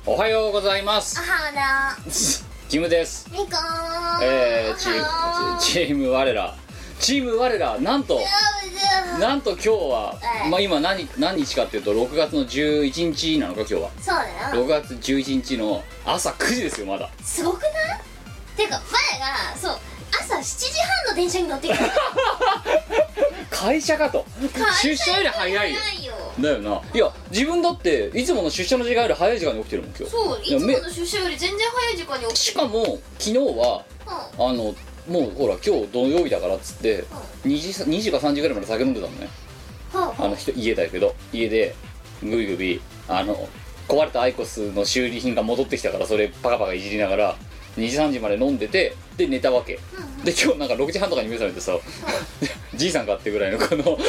おはようございます。 おはだキムです。 みこーチーム我らなんと今日は、今何日かっていうと6月の11日なのか今日は。 そうだよ。 6月11日の朝9時ですよ。まだすごくない？てか前がそう朝7時半の電車に乗ってきた会社かと。出社より早いよ。だよな。いや自分だっていつもの出社の時間より早い時間に起きてるもん今日。 そう、いつもの出社より全然早い時間に起きてる。 しかも昨日は、もうほら今日土曜日だからっつって、2時か3時ぐらいまで酒飲んでたのね。家だけど家でグビグビ壊れたアイコスの修理品が戻ってきたからそれパカパカいじりながら2時3時まで飲んでて、で寝たわけ、で今日なんか6時半とかに目覚めてさ、じいさんかってぐらいのこの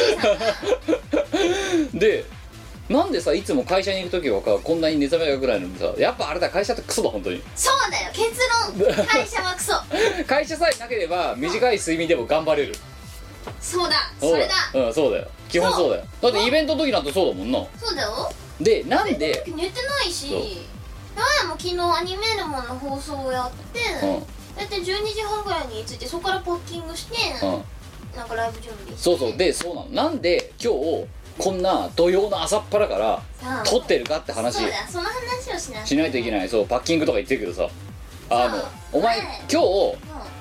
でなんでさいつも会社に行く時はこんなに寝覚めがぐらいのにさ、やっぱあれだ会社ってクソだ本当に。 そうだよ、結論会社はクソ会社さえなければ短い睡眠でも頑張れる。 そうだ、それだ。 うん、そうだよ、基本そうだよ。だってイベントの時なんてそうだもんな。 そうだよ。 でなんで寝てないし、前も昨日アニメールモンの放送をやって、だいたい12時半ぐらいに着いて、そこからパッキングして、なんかライブ準備して。 そうでそうなの。なんで今日こんな土曜の朝っぱらから撮ってるかって話。 そうだ、その話をしないといけない。そうパッキングとか言ってるけどさ、お前今日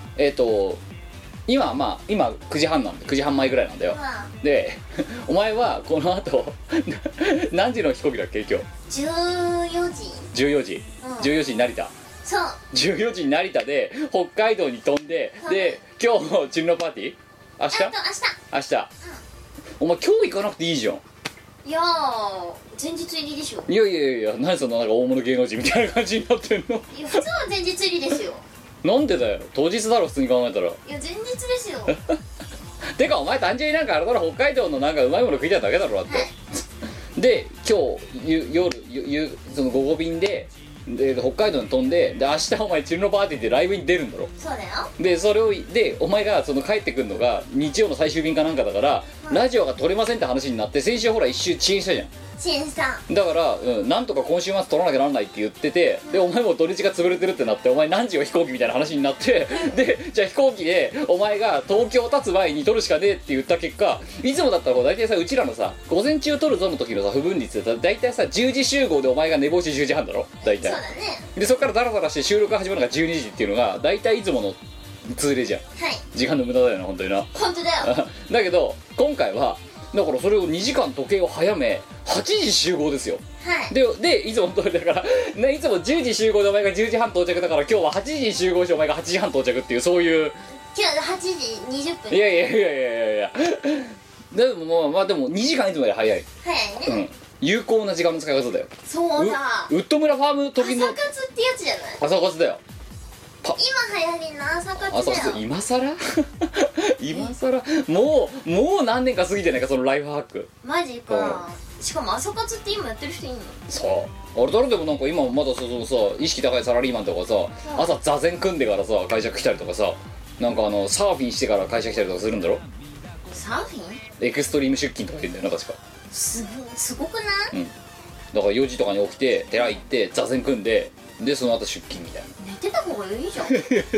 今9時半なんで9時半前ぐらいなんだよ。でお前はこの後何時の飛行機だっけ今日。14時14時に成田。 そう 14時に成田で北海道に飛んで、で今日チルノパーティー明日、お前今日行かなくていいじゃん。 いやー前日入りでしょ。 いや何そのなんか大物芸能人みたいな感じになってんの。 いや普通は前日入りですよなんでだよ、当日だろ普通に考えたら。いや前日ですよてかお前単純になんかあれだろ、北海道のなんかうまいもの食いたいだけだろだって、で今日夜その午後便で北海道に飛んで、明日お前チルノパーティーでライブに出るんだろ。 そうだよ。でそれをお前がその帰ってくるのが日曜の最終便かなんかだから、ラジオが撮れませんって話になって、先週ほら一周遅延したじゃん。だから、なんとか今週末撮らなきゃならないって言ってて、でお前も土日が潰れてるってなって、お前何時が飛行機みたいな話になってでじゃあ飛行機でお前が東京立つ前に撮るしかねえって言った結果、いつもだったら大体さうちらのさ午前中撮るぞの時のさ不分率って大体さ10時集合でお前が寝坊して10時半だろ大体。 そうだね。 でそっからダラダラして収録が始まるのが12時っていうのが大体いつもの通例じゃん。時間の無駄だよな本当にな。 本当だよだけど今回はだからそれを2時間時計を早め8時集合ですよ。でいつもの通りだから、ね、いつも10時集合でお前が10時半到着だから、今日は8時に集合してお前が8時半到着っていう、そういう今日8時20分。 いやでもでも2時間いつもより早いね。有効な時間の使い方だよ。 そうだ、 ウッド村ファーム時の朝活ってやつじゃない。 朝活だよ。 今流行りの朝活だよ。 今更今更もう何年か過ぎてないかそのライフハック。 マジか。しかも朝活って今やってる人いんの。 そうあれ誰でもなんか今まだそさ意識高いサラリーマンとかさ、朝座禅組んでからさ会社来たりとかさ、なんかサーフィンしてから会社来たりとかするんだろ。 サーフィンエクストリーム出勤とか言うんだよな確か。 すごくない？ だから4時とかに起きて寺行って座禅組んで、でその後出勤みたいな。 寝てた方がいいじゃん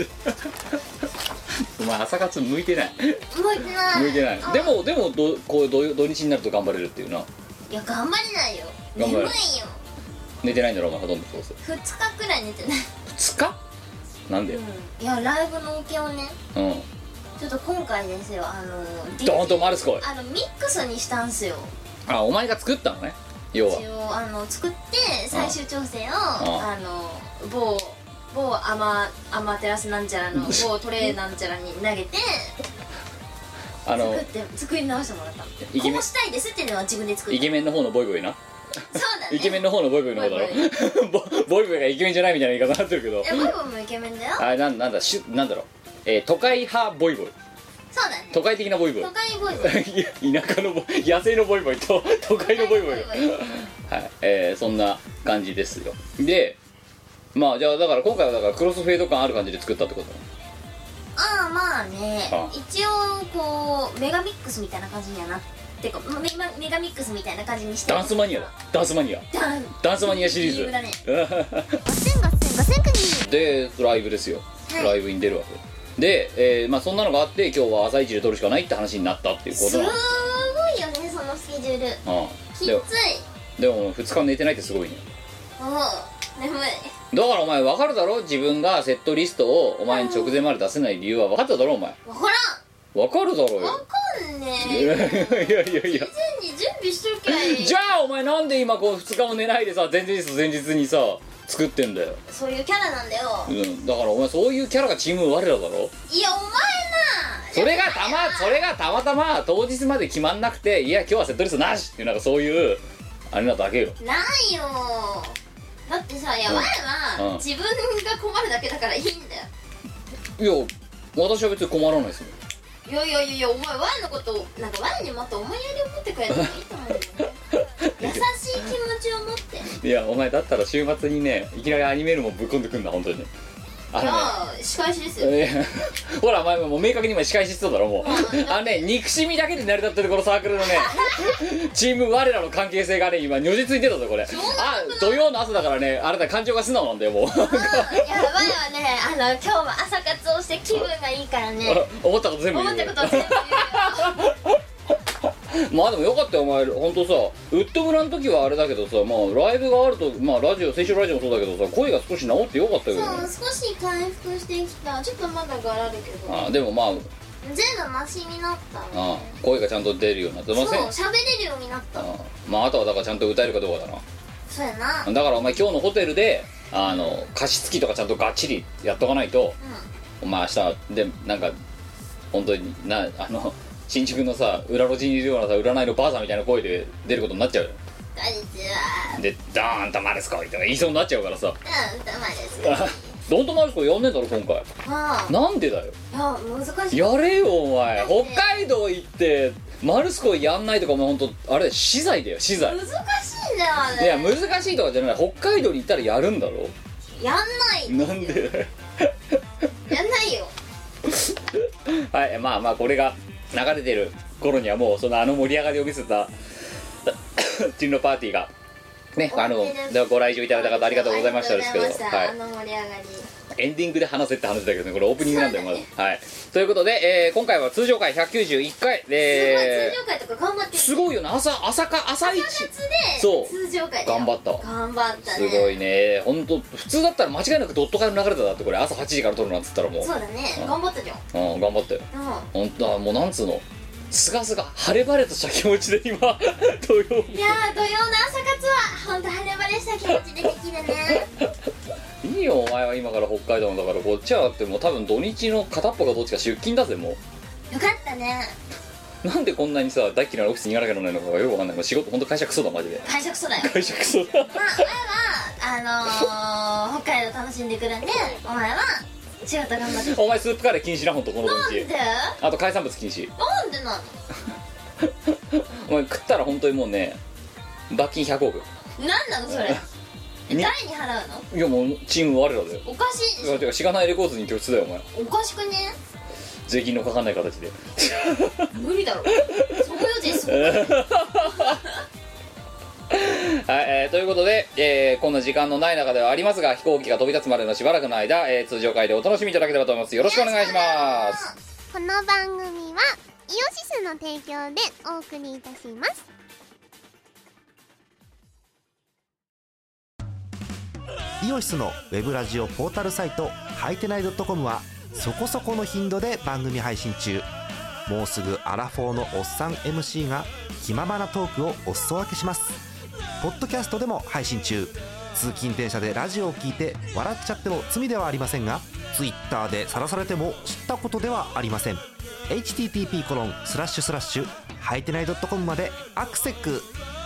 お前朝活向いてない。 向いてない。 でもこう土日になると頑張れるっていうな。 いや頑張れないよ。眠いよ。 寝てないんだろお前ほとんど。そう 2日くらい寝てない。 2日？なんで？ いやライブの受けをね、ちょっと今回ですよドーンとマルスコイミックスにしたんすよ。 お前が作ったのね。要は一応作って最終調整を某アマテラスなんちゃらの某トレーなんちゃらに投げて作り直してもらったの。こうしたいですっていうのは自分で作った。 イケメンの方のボイボイな。 そうだね。 イケメンの方のボイボイの方だろ。ボイボイがイケメンじゃないみたいな言い方になってるけど。 ボイボイもイケメンだよ。 なんだろう、都会派ボイボイ。 そうだね。 都会的なボイボイ。 都会ボイボイ。 田舎の野生のボイボイと都会のボイボイ。はい、そんな感じですよ。でじゃあだから今回はだからクロスフェード感ある感じで作ったってことね。 まあね、一応こうメガミックスみたいな感じにはなってかメガミックスみたいな感じにして、 ダンスマニアだ、ダンスマニアシリーズだねでライブですよ、はい、ライブに出るわけで、まあそんなのがあって今日は朝一で撮るしかないって話になったっていうことなんです。 すごいよねそのスケジュール、きつい。 でも2日寝てないってすごいね。 眠い。 だからお前分かるだろ、自分がセットリストをお前に直前まで出せない理由は分かっただろお前。 分からん。 分かるだろうよ。 分かんねえ。 いや事前に準備しときゃいい。 じゃあお前なんで今こう2日も寝ないでさ前日にさ作ってんだよ。 そういうキャラなんだよ。 だからお前そういうキャラがチーム我らだろ。 いやお前な、 それがたまたま当日まで決まんなくて、いや今日はセットリストなしっていうなんかそういうあれなだけよ。 ないよ。だってさ、いや前は自分が困るだけだからいいんだよ。 いや私は別に困らないですよ。 いやお前ワイのことなんかワイにもっと思いやりを持ってくれたらいいと思うよ優しい気持ちを持って。 いやお前だったら週末にねいきなりアニメールもぶっ込んでくんだ本当に。 いや仕返しですよ、 ほらお前もう明確に今仕返ししてただろもう憎しみだけで成り立ってるこのサークルのねチーム我らの関係性がね今如実に出たぞこれ。土曜の朝だからねあれだ感情が素直なんだよもう。いやワイはね今日は朝活をして気分がいいからね思ったこと全部言う。 思ったこと全部言うよまあでもよかったよお前ほんとさウッド村の時はあれだけどさまあライブがあるとまあラジオ先週ラジオもそうだけどさ声が少し治ってよかったけどね。 そう少し回復してきた。ちょっとまだガラるけどでもまあ全部マシになったね。 声がちゃんと出るようになってません。 そう喋れるようになった。 まああとはだからちゃんと歌えるかどうかだな。 そうやな。 だからお前今日のホテルで加湿器とかちゃんとがっちりやっとかないと、お前明日でなんか本当に新宿のさ裏路地にいるようなさ占いのばあさんみたいな声で出ることになっちゃうよ。 こんにちは。 でドーンとマルスコイとか言いそうになっちゃうからさ。 ドーンとマルスコイドンとマルスコイやんねえだろ今回。なんでだよ。 いや難しい。 やれよお前。北海道行ってマルスコイやんないとかお前ほんとあれ資材だよ資材。 難しいんだよあれ。 いや難しいとかじゃない。北海道に行ったらやるんだろ。 やんないなんでだよやんないよはいまあこれが流れてる頃にはもうその盛り上がりを見せたチンロパーティーがねご来場いただいた方ありがとうございましたですけど、はい、 盛り上がりエンディングで話せって話だけどねこれオープニングなんだよまだ、はいということで、今回は通常回191回通常回とか頑張ってすごいよね朝一そう通常回頑張ったわ。 頑張ったね。 すごいね本当普通だったら間違いなくドット会の流れだってこれ朝8時から撮るなんつったらもうそうだね頑張ったじゃん。 頑張ったよ。本当はもうなんつうのすがすが晴れ晴れとした気持ちで今土曜日。いや土曜の朝活は本当晴れ晴れした気持ちでできるねいいよお前は今から北海道だからこっちはだってもう多分土日の片っぽかどっちか出勤だぜもう。よかったね。 なんでこんなにさ大嫌いなオフィスに行かなきゃならないのかよくわかんない。仕事本当会社クソだマジで。 会社クソだよ。 会社クソだ。 まあ前は北海道楽しんでくるんでお前は仕事頑張って。 お前スープカレー禁止なほんとこの土日。 なんで？ あと海産物禁止。 なんでなのお前食ったら本当にもうね罰金100億。 なんなのそれ誰に払うの？ いやもうチーム我らだよ。 おかしいでしょ。 てかしがないレコードに拠出だよお前。 おかしくね？ 税金のかかんない形で無理だろそこよ税そこはい、ということで、こんな時間のない中ではありますが飛行機が飛び立つまでのしばらくの間、通常回でお楽しみいただければと思います。よろしくお願いします。 この番組はイオシスの提供でお送りいたします。 イオシスのウェブラジオポータルサイトはいてない .com はそこそこの頻度で番組配信中。もうすぐアラフォーのおっさん MC が気ままなトークをお裾分けします。ポッドキャストでも配信中。通勤電車でラジオを聞いて笑っちゃっても罪ではありませんが Twitter で晒されても知ったことではありません。 http:// はいてない .com までアクセック。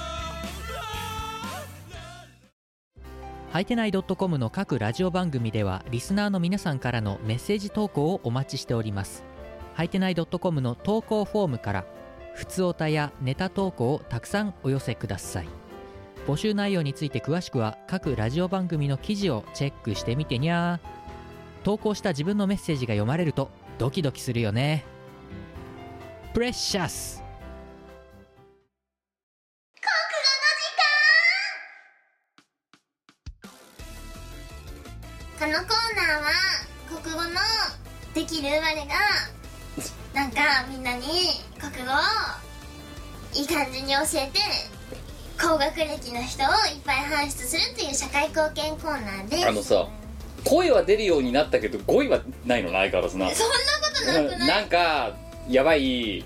はいてない .com の各ラジオ番組ではリスナーの皆さんからのメッセージ投稿をお待ちしております。はいてない .com の投稿フォームからふつおたやネタ投稿をたくさんお寄せください。募集内容について詳しくは各ラジオ番組の記事をチェックしてみてにゃー。投稿した自分のメッセージが読まれるとドキドキするよね。プレッシャス。 このコーナーは国語のできる我がなんかみんなに国語をいい感じに教えて高学歴の人をいっぱい輩出するっていう社会貢献コーナーです。 さ、声は出るようになったけど語彙はないのないからさな。 そんなことなくない？ なんかやばい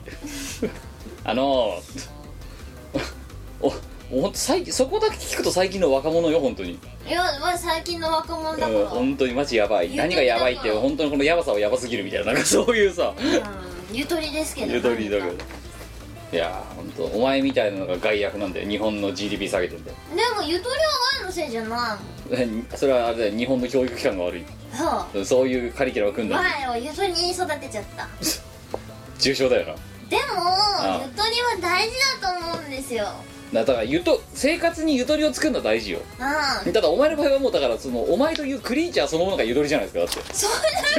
ほんと最近そこだけ聞くと最近の若者よ本当に。 いや最近の若者だから、 本当にマジやばい。何がやばいって本当にこのやばさはやばすぎるみたいな、なんかそういうさ、 ゆとりですけど、 ゆとりだけど、いや本当お前みたいなのが害悪なんだよ。日本の GDP 下げてんだよ。 でもゆとりは我のせいじゃない。 それはあれだよ、日本の教育機関が悪い。そういうカリキュラムを組んだ。 我をゆとりに育てちゃった重症だよな。 でもゆとりは大事だと思うんですよ。 だから生活にゆとりを作るのは大事よ。ただお前の場合はもうだからお前というクリーチャーそのものがゆとりじゃないですか。だってそう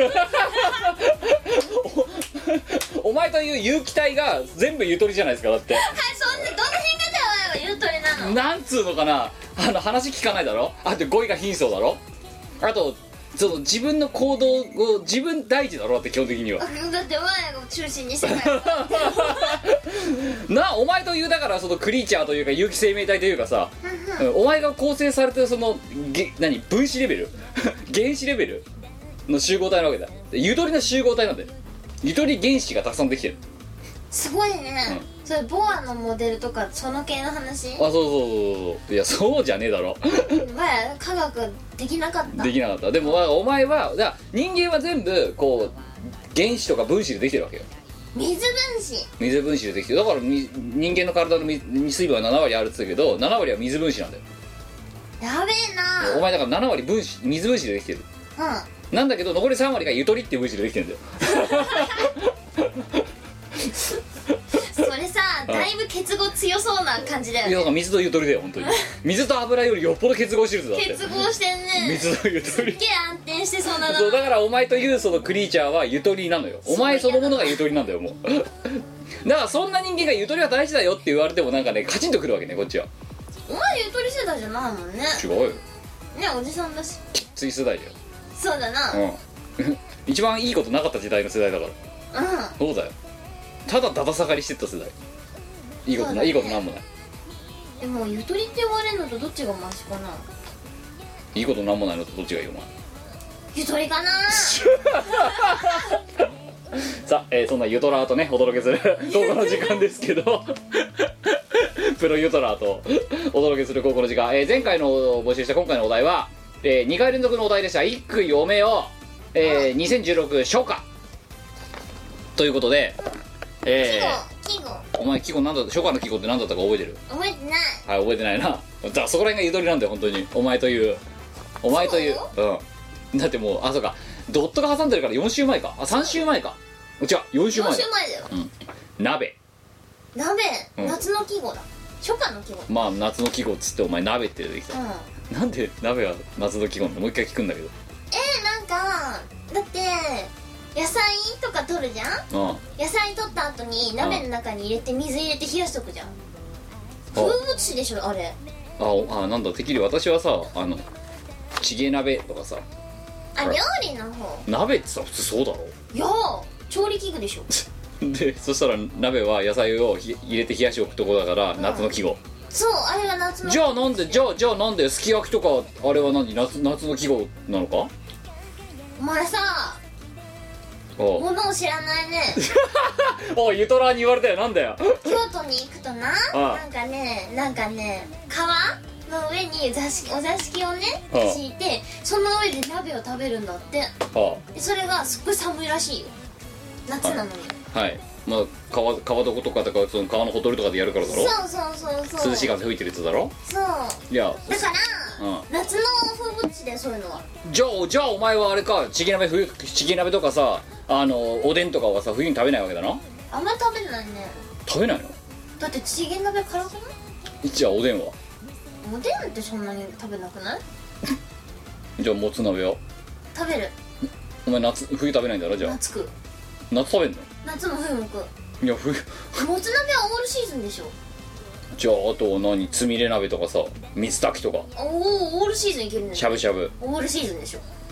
お前という有機体が全部ゆとりじゃないですか。だってはい、そんなどの辺がじゃあゆとりなの？ なんつうのかな、話聞かないだろ。あと語彙が貧相だろ。あと自分の行動を自分大事だろ。だって基本的にはだって我が中心に世界な、お前というだからクリーチャーというか有機生命体というかさお前が構成されてる分子レベル原子レベルの集合体なわけだ。ゆとりの集合体なんだよ。ゆとり原子がたくさんできてる。 すごいね、それボアのモデルとかその系の話？ そういやそうじゃねえだろ我科学できなかった。 できなかった。でもお前は人間は全部原子とか分子でできてるわけよ。 水分子でできてる。だから人間の体の水分は7割あるって言ったけど7割は水分子なんだよ。 やべえな。 お前だから7割水分子でできてる。なんだけど残り3割がゆとりっていう分子でできてるんだよそれさ、だいぶ結合強そうな感じだよね。 いやだから水とゆとりだよ本当に水と油よりよっぽど結合してるぞ。だって結合してんね。 水とゆとりすっげえ安定してそうな。 そうだからお前というクリーチャーはゆとりなのよ。お前そのものがゆとりなんだよもうだからそんな人間がゆとりは大事だよって言われてもなんかねカチンとくるわけねこっちは。 お前ゆとり世代じゃないもんね。 違うよね、 おじさんだしきつい世代だよ。 そうだな。 一番いいことなかった時代の世代だから。そうだよ。ただだだ下がりしてった世代。いいことない、いいことなんもない。 でもゆとりって言われるのとどっちがマシかな。 いいことなんもないのとどっちがいいよお前。 ゆとりかなさあ、そんなゆとらーとねお届けする高校の時間ですけどプロゆとらーとお届けする高校の時間、前回の募集した今回のお題は、2回連続のお題でした一句読めを、2016初夏ということで、 季語お前季語なんだった初夏の季語って何だったか覚えてる？ 覚えてない。 はい、覚えてないな。だからそこら辺がゆとりなんだよ本当に。お前というだってもうそうかドットが挟んでるから4週前か3週前か違う4週前だ。 4週前だよ。 鍋、 夏の季語だ。初夏の季語。 まあ夏の季語っつってお前鍋って出てきた、なんで鍋は夏の季語なの？もう一回聞くんだけど。 なんかだって野菜とか取るじゃん。野菜取った後に鍋の中に入れて水入れて冷やしとくじゃん。風物詩でしょあれ。 なんだてっきり私はさチゲ鍋とかさ料理の方。 鍋ってさ普通そうだろ。 いや調理器具でしょでそしたら鍋は野菜を入れて冷やしおくとこだから夏の季語。 そうあれが夏の。 じゃあなんですき焼きとかあれは夏の季語なのか？ お前さものを知らないねおいゆとらに言われたよ。なんだよ京都に行くとななんかね川の上にお座敷をね敷いてその上で鍋を食べるんだって。でそれがすっごい寒いらしいよ夏なのに。 はい、まあ川床とかその川のほとりとかでやるからだろ。 そう涼しい風吹いてるやつだろ。 そういやだから、夏の風物詩でそういうのは。 じゃあお前はあれかチゲ鍋とかさおでんとかはさ冬に食べないわけだな。 あんま食べないね。 食べないの？ だってチゲ鍋辛くない？ じゃあおでんは？ おでんってそんなに食べなくない？ じゃあもつ鍋は？ 食べる。 お前冬食べないんだろ。じゃあ夏食う。 夏食べんの？ 夏も冬も食う。 いや冬もつ鍋はオールシーズンでしょ。 じゃああとつみれ鍋とかさ水炊きとかオールシーズンいけるね。 しゃぶしゃぶオールシーズンでしょ。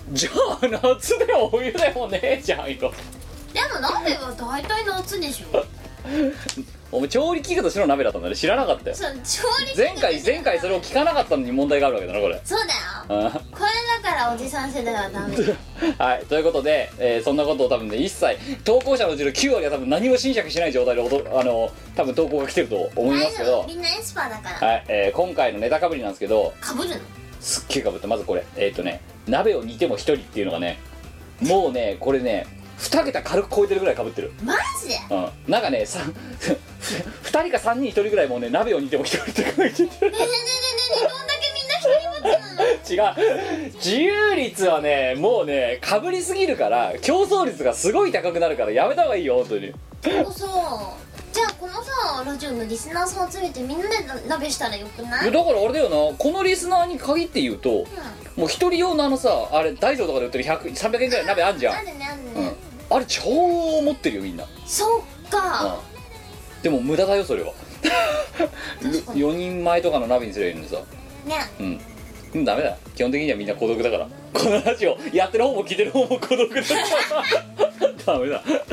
じゃあ夏でお湯でもねえじゃんよ。 でも鍋は大体夏でしょ。 お前調理器具としての鍋だったんだね。知らなかったよ。 そう調理器具前回それを聞かなかったのに問題があるわけだなこれ。 そうだよ。これだからおじさん世代はダメだ。 はい、ということで、そんなことを多分ね一切投稿者のうちの9割は多分何も侵釈しない状態で多分投稿が来てると思いますけど、 みんなエスパーだから。 はい、今回のネタかぶりなんですけど、 かぶるのすっげえかぶって、まずこれ鍋を煮ても一人っていうのがね、もうねこれね2桁軽く超えてるぐらいかぶってる。 マジで？ なんかね2人か3人1人ぐらいもうね鍋を煮ても一人って書いてて、 ねえねえねえねえ、どんだけみんな一人持ちなの？ 違う、自由率はねもうねかぶりすぎるから競争率がすごい高くなるからやめた方がいいよ本当に。 そうじゃあこのさラジオのリスナーさん集めてみんなで鍋したらよくない？ だからあれだよな、このリスナーに限って言うと、もう一人用のさあれダイソーとかで売ってる300円ぐらい鍋あんじゃん。 あるねあるね、 あれ超持ってるよみんな。 そっか、 でも無駄だよそれは。4人前とかの鍋にすればいいのにさ。 ね、 ダメだ、基本的にはみんな孤独だから。このラジオやってる方も聞いてる方も孤独だからダメだ。 本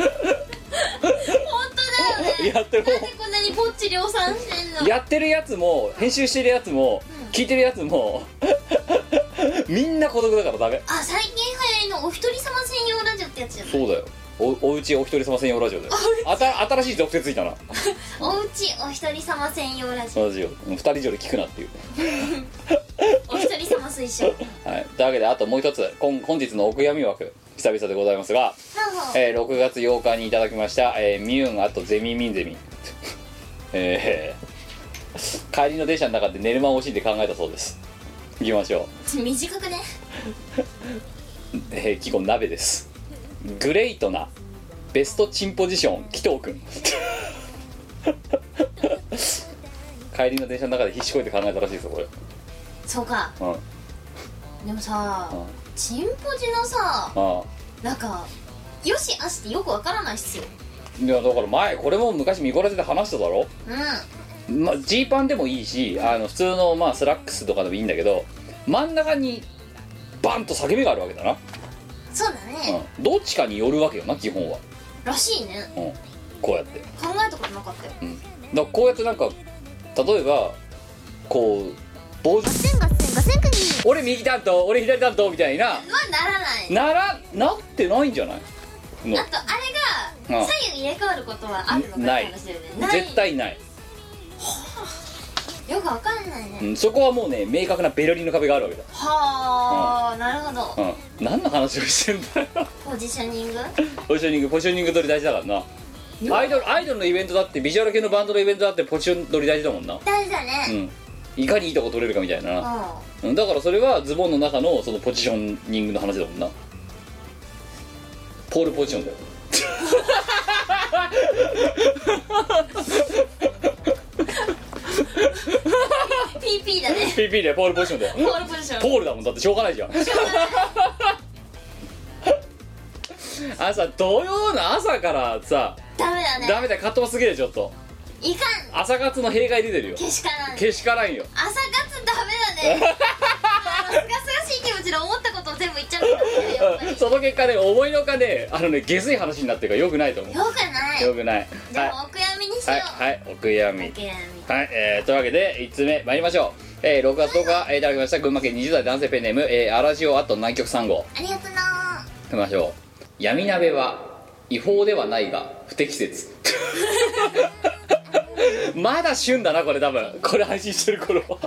当だよね。 やってる方なんでこんなにぼっち量産してんの？ やってるやつも編集してるやつも、聞いてるやつもみんな孤独だからダメ。 あ、最近流行りのお一人様専用ラジオってやつじゃない？ そうだよ、おうちお一人様専用ラジオだよ。新しい属性ついたな。 おうちお一人様専用ラジオ。 ラジオ2人以上で聞くなっていうお一人様推奨。 はい、というわけであともう一つ本日のお悔やみ枠久々でございますが、6月8日にいただきました、ミューンあとゼミミンゼミ帰りの電車の中で寝る間を惜しんで考えたそうです。いきましょう。短くね。 季語鍋です。グレイトなベストチンポジション紀藤君帰りの電車の中で必死こいて考えたらしいですよこれ。 そうか、でもさ、チンポジのさ、なんかよしあしってよくわからないっすよ。 いやだから前これも昔ミコラジで話しただろ。ジーパンでもいいし普通のスラックスとかでもいいんだけど、真ん中にバンと裂け目があるわけだな。 そうだね、 どっちかによるわけよな基本は。 らしいね、 こうやって考えたことなかったよ。 だからこうやってなんか例えばこう棒俺右担当俺左担当みたいなならないなってないんじゃない？ あとあれが左右入れ替わることはあるのかない、絶対ない。 よくわかんないね、 そこはもうね明確なベルリンの壁があるわけだ。 はあ、なるほど、 何の話をしてんだよポジショニングポジショニング取り大事だからな。アイドルのイベントだってビジュアル系のバンドのイベントだってポジション取り大事だもんな。 大事だね、 いかにいいとこ取れるかみたいなな、だからそれはズボンの中のそのポジショニングの話だもんな。ポールポジションだよ PP だね。 PP でポールポジションだよ。 ポールポジション。 ポールだもんだってしょうがないじゃん。朝土曜の朝からさダメだね。 ダメだよ、カットすぎるちょっと。 いかん。 朝活の弊害出てるよ。 けしからん。 けしからんよ。 朝活ダメだね。すがすがしい気持ちで思ったことを全部言っちゃったね。 その結果ね思いのほかね下水話になってるからよくないと思う。 よくない。 よくない。 でもお悔やみにしよう。 はい、お悔やみ。はい、というわけで5つ目参りましょう。6月10日いただきました群馬県20代男性ペンネームアラジオあと南極3号。 ありがとうな。 いきましょう。闇鍋は違法ではないが不適切。まだ旬だなこれ多分これ配信してる頃は。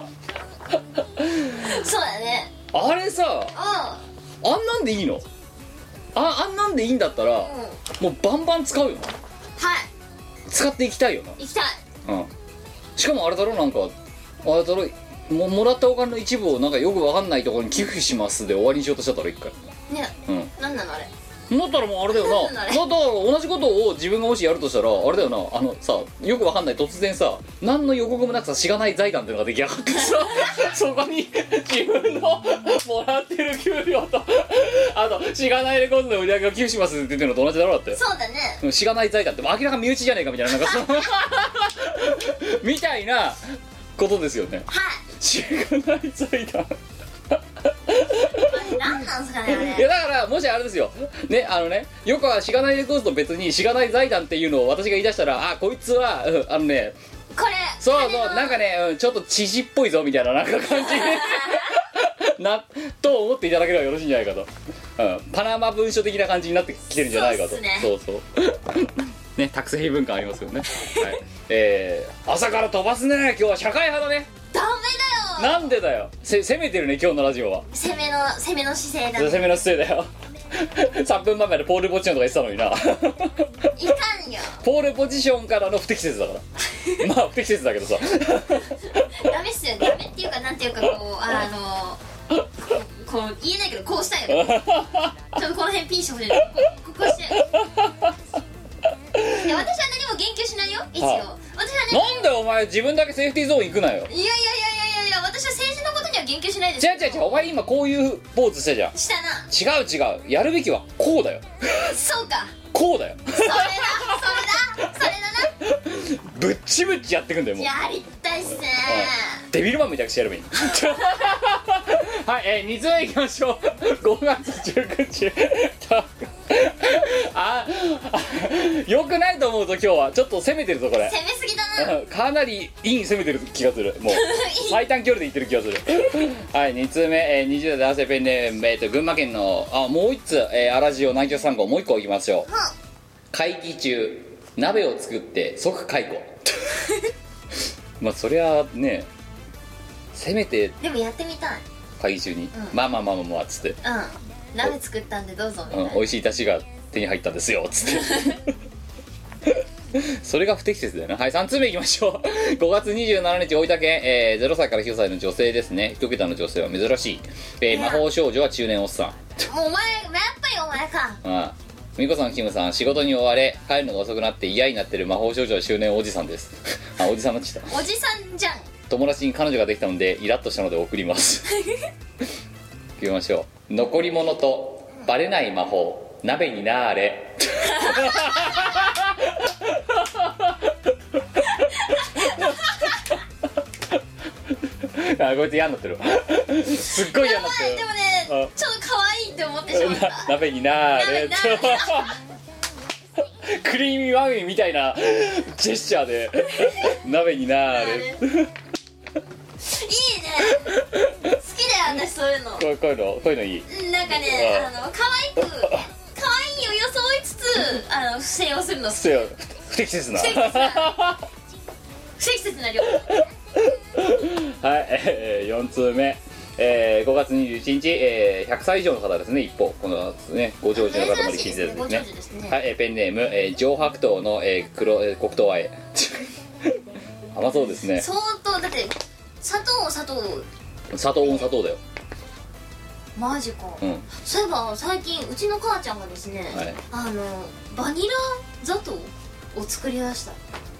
そうだね。 あれさ、あんなんでいいの？あんなんでいいんだったら、もうバンバン使うよな。 はい。 使っていきたいよな。 いきたい。 しかもあれだろ、なんかあれだろ、もらったお金の一部をなんかよくわかんないところに寄付しますで終わりにしようとしちゃったら一回。 ね。なんなのあれ。 だったらもうあれだよな。だから同じことを自分がもしやるとしたらあれだよな、さよくわかんない突然さ何の予告もなくさしがない財団っていうのが出来上がってさそこに自分のもらってる給料とあとしがないレコードの売り上げを寄付しますって言ってるのと同じだろだって。 そうだね。 しがない財団って明らか身内じゃねえかみたいななんかそのみたいなことですよね。 はい。 しがない財団何なんすかねあれ。 いやだからもしあれですよね、よくはしがないレコーズと別にしがない財団っていうのを私が言い出したら、あこいつは、これそうそうなんかね、ちょっと知事っぽいぞみたいななんか感じなと思っていただければよろしいんじゃないかと、パナマ文書的な感じになってきてるんじゃないかと。そうそうね、タックスヘイブン感ありますよね、はい、朝から飛ばすね。今日は社会派だね。 ダメだよ。 なんでだよ。攻めてるね今日のラジオは。 攻めの姿勢だね。 攻めの姿勢だよ3分前までポールポジションとか言ってたのにな。 いかんよ。 ポールポジションからの不適切だからまあ不適切だけどさダメっすよ。ダメっていうかなんていうかこう言えないけどこうしたいよね。ちょっとこの辺ピンしてほしい。こうして。いや私は何も言及しないよ一応。私はね。 なんでお前自分だけセーフティーゾーン行くなよ。 いや私は政治のことには言及しないです。 違うお前今こういうポーズしたじゃん。 したな。 違うやるべきはこうだよそうか。 こうだよ。 それだな。 ぶっちやってくんだよもう。 やりたいっすね。 デビルマンみたいにしてやればいいはい、2つ目いきましょう5月19日よくないと思うと今日はちょっと攻めてるぞこれ。 攻めすぎだなかなりイン攻めてる気がする。もう最短距離でいってる気がするはい、2通目、20代男性ペンネーム、群馬県のもう1つ、アラジオ南極3号もう1個いきましょう。会議中鍋を作って即解雇まあそりゃね、せめてでもやってみたい。 会議中に、まあっつって、 鍋作ったんでどうぞみたいな、 美味しい出汁が手に入ったんですよっつってそれが不適切だよな。はい、3通目いきましょう5月27日大分県、0歳から9歳の女性ですね。1桁の女性は珍しい、魔法少女は中年おっさん。 もうお前やっぱりお前か。 みこさんキムさん、仕事に追われ帰るのが遅くなって嫌になってる魔法少女は中年おじさんですおじさんになっちゃった。 おじさんじゃん。 友達に彼女ができたのでイラッとしたので送りますいきましょう。残り物とバレない魔法鍋になーれこいつ嫌になってるすっごい嫌になってる。 でもねちょっと可愛いって思ってしまった鍋になーれクリーミーマミーみたいなジェスチャーで鍋になーれいいね。好きだよ私そういうの。こういうのいい。 なんかね可愛いを装いつつ不正をするの好き。 不適切な量はい、4通目、5月21日、100歳以上の方ですね。一方このねご長寿の方まで聞いてるんですね。はい、ペンネーム、上白糖の、黒糖あえ甘そうですね。 相当だって砂糖だよ。 マジか、そういえば最近うちの母ちゃんがですね、バニラ砂糖を作り出した。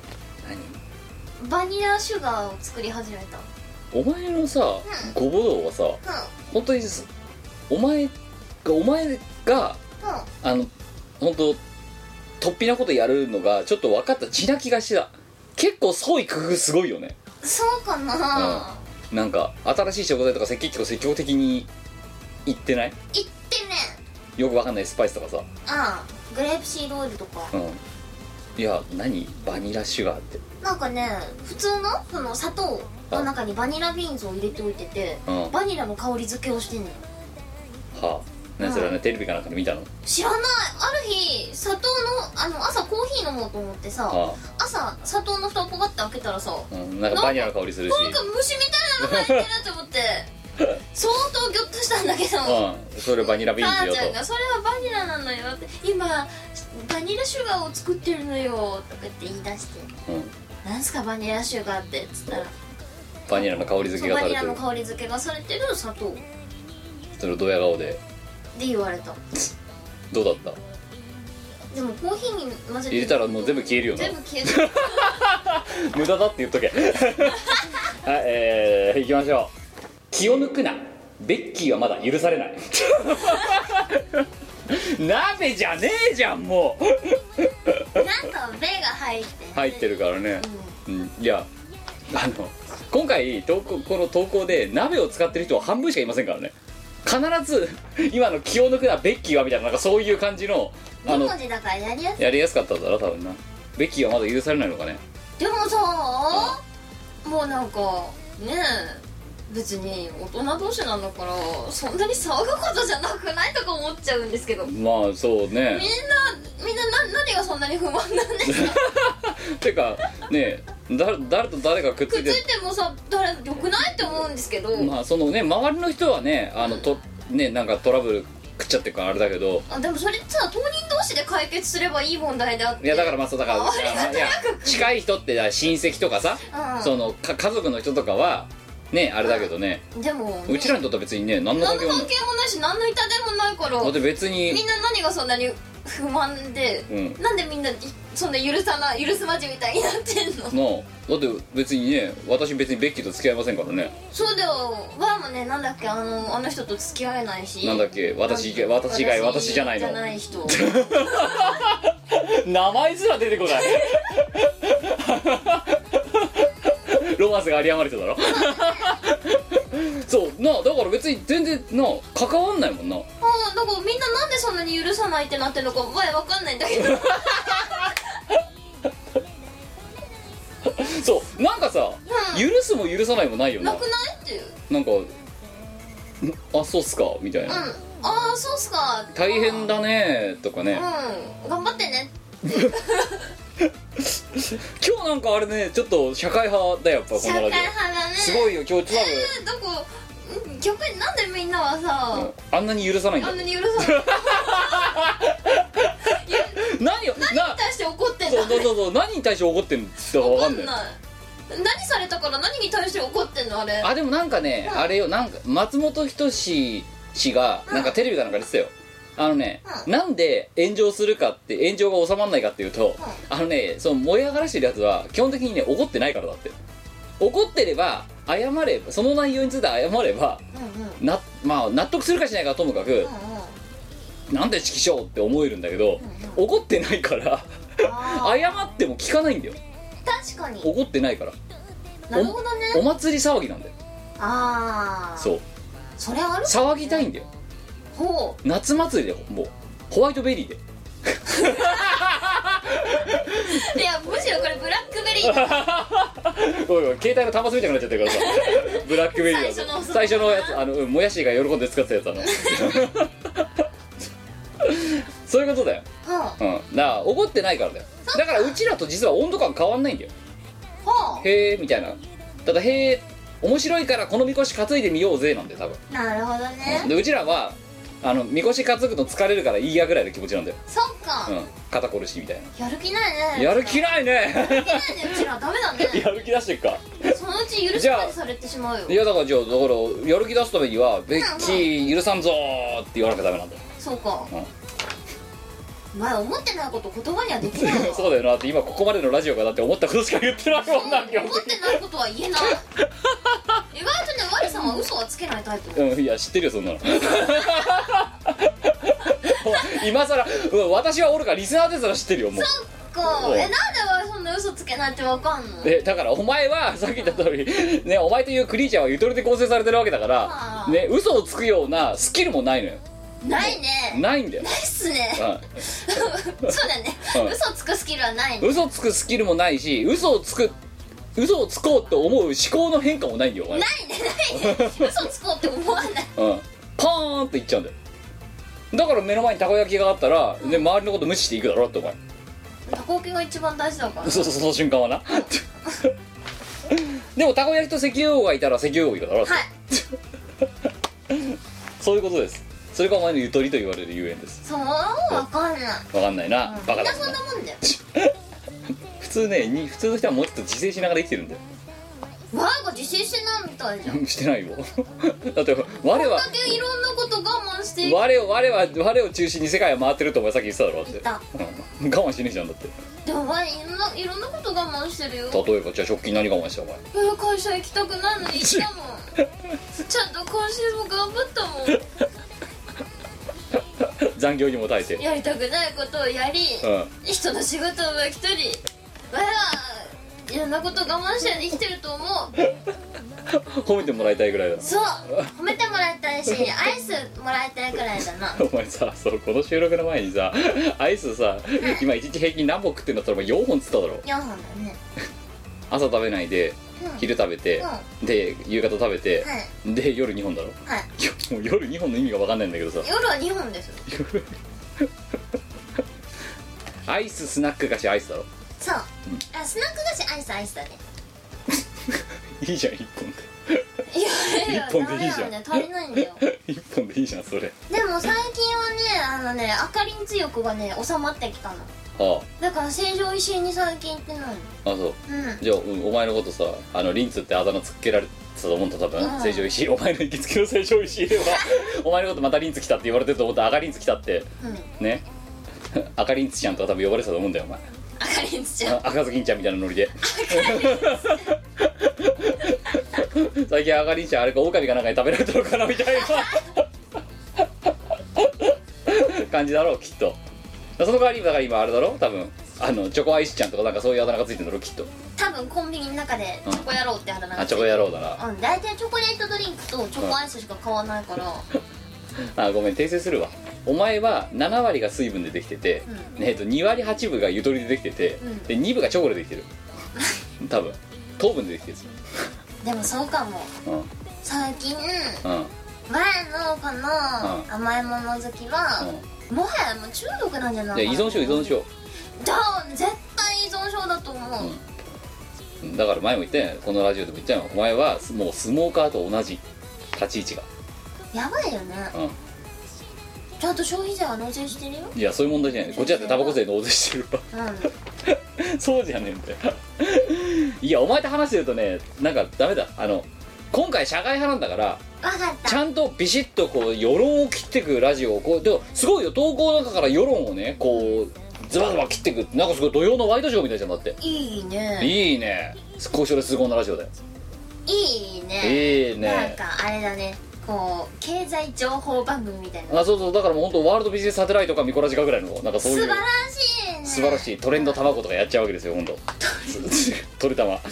バニラシュガーを作り始めた。 お前のさ、ごぼどうはさ、本当にお前が本当突飛なことやるのがちょっと分かった血な気がしてた。結構創意工夫すごいよね。 そうかな、 なんか新しい食材とか積極的に言ってない？ 言ってね。 よくわかんないスパイスとかさ、 グレープシードオイルとか、 いや何バニラシュガーってなんかね、普通のその砂糖の中にバニラビーンズを入れておいてて、バニラの香り付けをしてんのよ。 何それはね、テレビかなんかで見たの？ 知らない。ある日砂糖の朝コーヒー飲もうと思ってさ、朝砂糖の蓋をポカッて開けたらさ、 なんかバニラの香りするし、 なんか虫みたいなの入ってると思って相当ギョッとしたんだけど、 それバニラビーンズよと。 母ちゃんがそれはバニラなのよって、今バニラシュガーを作ってるのよとかって言い出して、なんすかバニラシュガーってっつったら、 バニラの香り付けがされてる。 バニラの香り付けがされてる砂糖それをドヤ顔で言われた。 どうだった？ でもコーヒーに混ぜて入れたらもう全部消えるよな。 全部消える無駄だって言っとけはい、行きましょう。気を抜くな、ベッキーはまだ許されない鍋じゃねえじゃんもうなんとベが入ってるからね、いや今回この投稿で鍋を使ってる人は半分しかいませんからね。 必ず今の気を抜くなベッキーはみたいな、なんかそういう感じの 2文字だからやりやすい。 やりやすかったんだろ多分な。ベッキーはまだ許されないのかね。 でもさ、もうなんかねえ、別に大人同士なんだからそんなに騒ぐことじゃなくないとか思っちゃうんですけど。 まあそうね。 みんな何がそんなに不満なんですかてかね、誰と誰がくっついてくっついてもさ、よくないって思うんですけど。 まあそのね、周りの人はね、なんかトラブル食っちゃってるからあれだけど、 でもそれさ、当人同士で解決すればいい問題であって。 いやだからまあそうだから、いや近い人って親戚とかさ、その家族の人とかはねあれだけどね、 でも、ね、 うちらにとっては別にね何の関係もないし何の痛手もないから。 だって別にみんな何がそんなに不満で、なんでみんなそんな許すまじみたいになってんの。 だって別にね、私別にベッキーと付き合いませんからね。 そうだよ、わーもね、なんだっけ、あの人と付き合えないし。 なんだっけ、私以外私じゃないの。 じゃない人名前すら出てこないロマンスが有り余る人だろそうな、だから別に全然関わんないもんな。 だからみんななんでそんなに許さないってなってんのか前わかんないんだけどそうなんかさ、許すも許さないもないよな。 なくないっていう、 なんかあそうっすかみたいな、 ああそうっすか、 大変だねとかね、 頑張ってね今日なんかあれね、ちょっと社会派だよやっぱこのラジオ。 社会派だね。 すごいよ今日多分逆になんでみんなはさ、 あんなに許さないんだ。 あんなに許さない何に対して怒ってんだ。 そう何に対して怒ってんのって分かんない。 何されたから何に対して怒ってんのあれ。 でもなんかね、あれよ、なんか松本人志氏がなんかテレビかなんかで言ってたよ。なんで炎上するかって、炎上が収まらないかっていうと、その燃え上がらしてるやつは基本的にね怒ってないからだって。怒ってれば謝れば、その内容について謝れば、まあ納得するかしないかはともかく、なんで指揮所って思えるんだけど、怒ってないから謝っても聞かないんだよ。 確かに怒ってないから。 なるほどね。 お祭り騒ぎなんだよ。そうそれある騒ぎたいんだよ。 ほう、 夏祭りでもうホワイトベリーでいやむしろこれブラックベリーだごめん携帯の端末みたいになっちゃってるからさブラックベリーだ最初のやつ、もやしが喜んで使ってたやつそういうことだよ。だから怒ってないからだよ。だからうちらと実は温度感変わんないんだよ。へえみたいな。ただへえ面白いからこのみこし担いでみようぜなんだよ多分。 なるほどね。 でうちらはみこし担ぐの疲れるからいいやぐらいの気持ちなんだよ。 そっか、 肩こるしみたいな。 やる気ないね。 やる気ないねうちらダメだねやる気出してっか。 そのうち許しまでされてしまうよ。 いやだからやる気出すためにはベッキー許さんぞーって言わなきゃダメなんだよ。 そうか、前思ってないこと言葉にはできないわそうだよなって今ここまでのラジオがだって思ったことしか言ってないもんな。 思ってないことは言えない意外とね、我さんは嘘はつけないタイプ。 いや知ってるよそんなの今さら、私はおるからリスナーですら知ってるよもう。 そっか、なんで我そんな嘘つけないってわかんの。 だからお前はさっき言った通りね、お前というクリーチャーはゆとりで構成されてるわけだからね、嘘をつくようなスキルもないのよ。 ないね。 ないんだよ。 ないっすねそうだね、嘘つくスキルはないね。 嘘つくスキルもないし、嘘をつこうと思う思考の変化もないんだよ。 ないね嘘つこうって思わないパーンっていっちゃうんだよ。だから目の前にたこ焼きがあったら、周りのこと無視していくだろってお前。 たこ焼きが一番大事だから。 そうその瞬間はなでもたこ焼きと石油王がいたら石油王いるだろ。そういうことです。それがお前のゆとりと言われるゆえんです。 そう、わかんない。 わかんないな、バカだ。 みんなそんなもんだよ普通の人はもうちょっと自制しながら生きてるんだよ。 我が自制してないみたいじゃんしてないよだって我はこんだけいろんなこと我慢して我を中心に世界は回ってるとお前さっき言ってただろ。って言った、 我慢しねえじゃんだって。 でも我いろんなこと我慢してるよ。 例えばじゃあ食器何我慢したお前。 会社行きたくないのに行ったもんちゃんと今週も頑張ったもん残業にも耐えてやりたくないことをやり、人の仕事を巻き取り、我はいろんなこと我慢して生きてると思う褒めてもらいたいぐらいだ。 そう褒めてもらいたいしアイスもらいたいくらいだな。 お前さ、そうこの収録の前にさアイスさ、今1日平均何本食ってんだったらお前4本っつっただろ。 4本だね。 朝食べないで、昼食べて、で夕方食べて、で夜2本だろ。 はい。 もう夜2本の意味が分かんないんだけどさ。 夜は2本です。 アイススナック菓子アイスだろ。 そう、あスナック菓子アイスだね。 いいじゃん1本で。 いや 1本でいいじゃん。 足りないんだよ。 1本でいいじゃんそれ。 でも最近はね赤リンツ欲がね収まってきたの。 ああだから成城石井に最近行ってないの。 あそう、じゃあ、お前のことさリンツってあだ名つけられてたと思った多分、成城石井、お前の行きつけの成城石井ではお前のことまたリンツ来たって言われてると思ったら赤リンツ来たって、ね赤リンツちゃんとか多分呼ばれてたと思うんだよお前。 赤リンツちゃん、 赤ずきんちゃんみたいなノリで最近赤リンちゃんあれか狼かなんかに食べられたのかなみたいな感じだろうきっと。その代わりだから今あれだろ多分チョコアイスちゃんとかなんかそういうあだ名がついてるんだろきっと。 多分コンビニの中でチョコ野郎ってあだ名がチョコ野郎だな。 大体チョコレートドリンクとチョコアイスしか買わないから、 ごめん訂正するわ。お前は7割が水分でできてて、2割8分がゆとりでできてて、で2分がチョコでできてる多分糖分でできてる。 でもそうかも、最近、前のこの甘いもの好きは、もはやもう中毒なんじゃないかな。 いや依存症絶対依存症だと思う、 だから前も言ったよ、このラジオでも言ったよ、お前はもうスモーカーと同じ立ち位置がやばいよね。ちゃんと消費税は納税してるよ。 いやそういう問題じゃない、こっちだってタバコ税納税してるわそうじゃねえんだよいやお前と話してるとねなんかダメだ。今回社会派なんだから分かった、 ちゃんとビシッとこう世論を切ってくラジオをこうでもすごいよ、投稿の中から世論をねこうズバズバ切ってく、なんかすごい土曜のワイドショーみたいじゃん。だっていいねいいね、交渉で崇高なラジオだよ。 いいねいいね。 なんかあれだね、こう経済情報番組みたいな。 そうそう、だからもう本当ワールドビジネスサテライトかミコラジかぐらいのなんかそういう素晴らしいね、 素晴らしいトレンド卵とかやっちゃうわけですよ本当トレタマい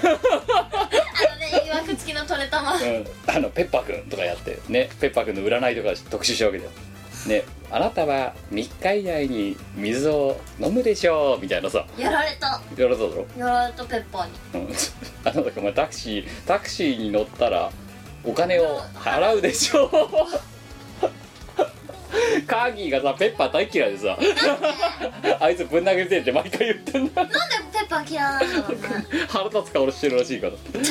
わくつきのトレタマ、 ペッパーくんとかやってね、ペッパーくんの占いとか特集しちゃうわけだよね。あなたは3日以内に水を飲むでしょうみたいなさ。 やられただろやられたペッパーに、 だからお前タクシーに乗ったらお金を払うでしょうカーギーがさペッパー大嫌いでさあいつぶん投げてって毎回言ってんだ。 なんでペッパー嫌いなんだろうね腹立つ顔してるらしいからでもペ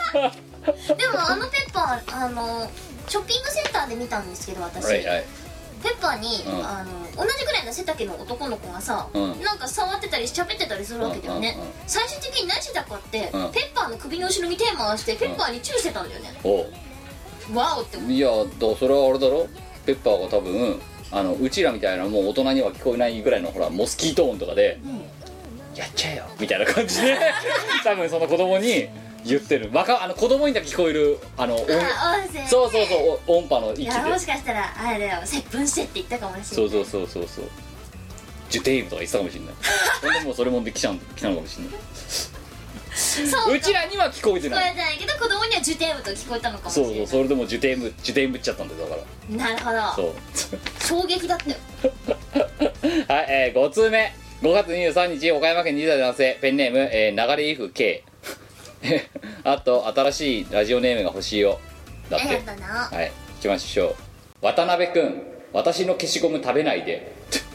ッパーショッピングセンターで見たんですけど私、ペッパーに、同じくらいの背丈の男の子がさ、なんか触ってたり喋ってたりするわけだよね、最終的に何してたかって、ペッパーの首の後ろに手回してペッパーにチューしてたんだよね、ワオって思う。 いやだそれはあれだろ、ペッパーが多分うちらみたいなもう大人には聞こえないぐらいのほらモスキート音とかで、やっちゃえよみたいな感じで多分その子供に言ってる。子供にだけ聞こえる音声、 そう音波の域で。 いやもしかしたらあれだよ、接吻してって言ったかもしれない。 そうジュテイムとか言ってたかもしれないほんでもうそれもできたのかもしれない。うちらには聞こえてない、 聞こえてないけど子供にはジュテームと聞こえたのかもしれない。 そうそれでもジュテームっちゃったんだよだから。 なるほど、 そう衝撃だったよはい、5通目5月23日岡山県20代男性ペンネーム、流れイフ K あと新しいラジオネームが欲しいよだって。はい、行きましょう。渡辺くん、私の消しゴム食べないで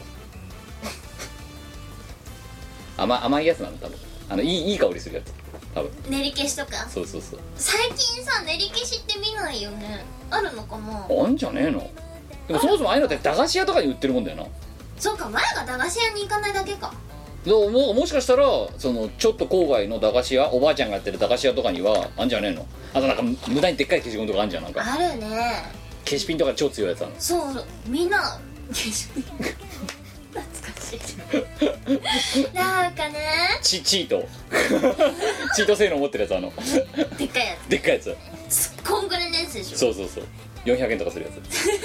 甘いやつなの多分。いい香りするやつ多分。 練り消しとか。 そう最近さ練り消しって見ないよね。あるのかな。 あんじゃねえの。でもそもそもああいうのって駄菓子屋とかに売ってるもんだよな。 そうか、前が駄菓子屋に行かないだけか。 もしかしたらちょっと郊外の駄菓子屋、おばあちゃんがやってる駄菓子屋とかにはあんじゃねえの。あとなんか無駄にでっかい消しゴムとかあんじゃん。なんかあるね。 消しピンとか超強いやつあるの。 そうみんな消しピン懐かしいなんかねチートチート性能持ってるやつでっかいやつこんぐらいのやつでしょ。 そう400円とかするや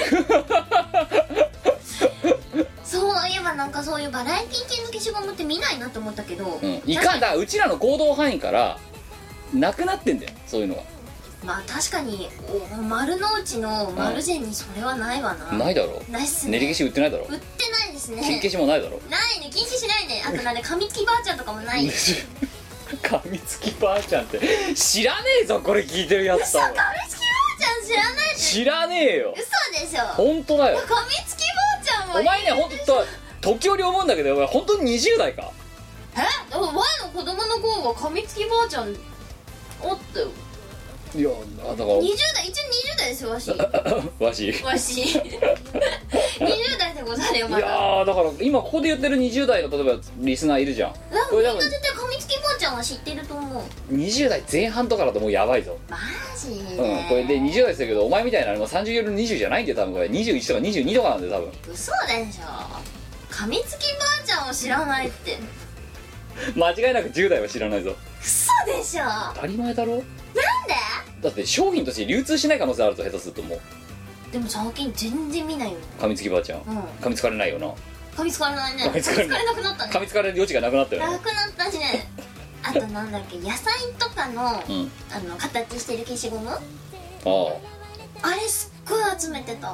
つそういえばなんかそういうバラエティ系の消しゴムって見ないなと思ったけど、 いかんだうちらの行動範囲からなくなってんだよそういうのが。 まあ確かに丸の内の丸善にそれはないわな。 ないだろ。 ないっすね。 練り消し売ってないだろ。 売ってないですね。 金消しもないだろ。 ないね、禁止しないね。あとなんで噛みつきばあちゃんとかもない。 噛みつきばあちゃんって知らねえぞ、これ聞いてるやつさ。 噛みつきばあちゃん知らないで。 知らねえよ。 嘘でしょ。 本当だよ。 噛みつきばあちゃんはお前ね、本当時折思うんだけど、お前本当に20代か。 前の子供の子が噛みつきばあちゃんおったよ。 いや、だから 20代、一応20代ですよ、わしわし 20代でござるよ、まだ。 いやー、だから今ここで言ってる20代の例えばリスナーいるじゃん。 みんな絶対噛みつきばあちゃんは知ってると思う。 20代前半とかだともうやばいぞ。 マジで。 これで20代ですけど、お前みたいなのも30より20じゃないんだよ多分。これ21とか22とかなんだよ多分。 嘘でしょ。噛みつきばあちゃんを知らないって間違いなく10代は知らないぞ。 嘘でしょ。 当たり前だろ。 なんで？ だって商品として流通しない可能性あると、下手するともう。 でも最近全然見ないよ。 噛みつきばあちゃん、噛みつかれないよな。 噛みつかれないね。 噛みつかれなくなったね。 噛みつかれる余地がなくなったよね。 なくなったしね。あとなんだっけ、野菜とかの、形してる消しゴム、あれすっごい集めてた。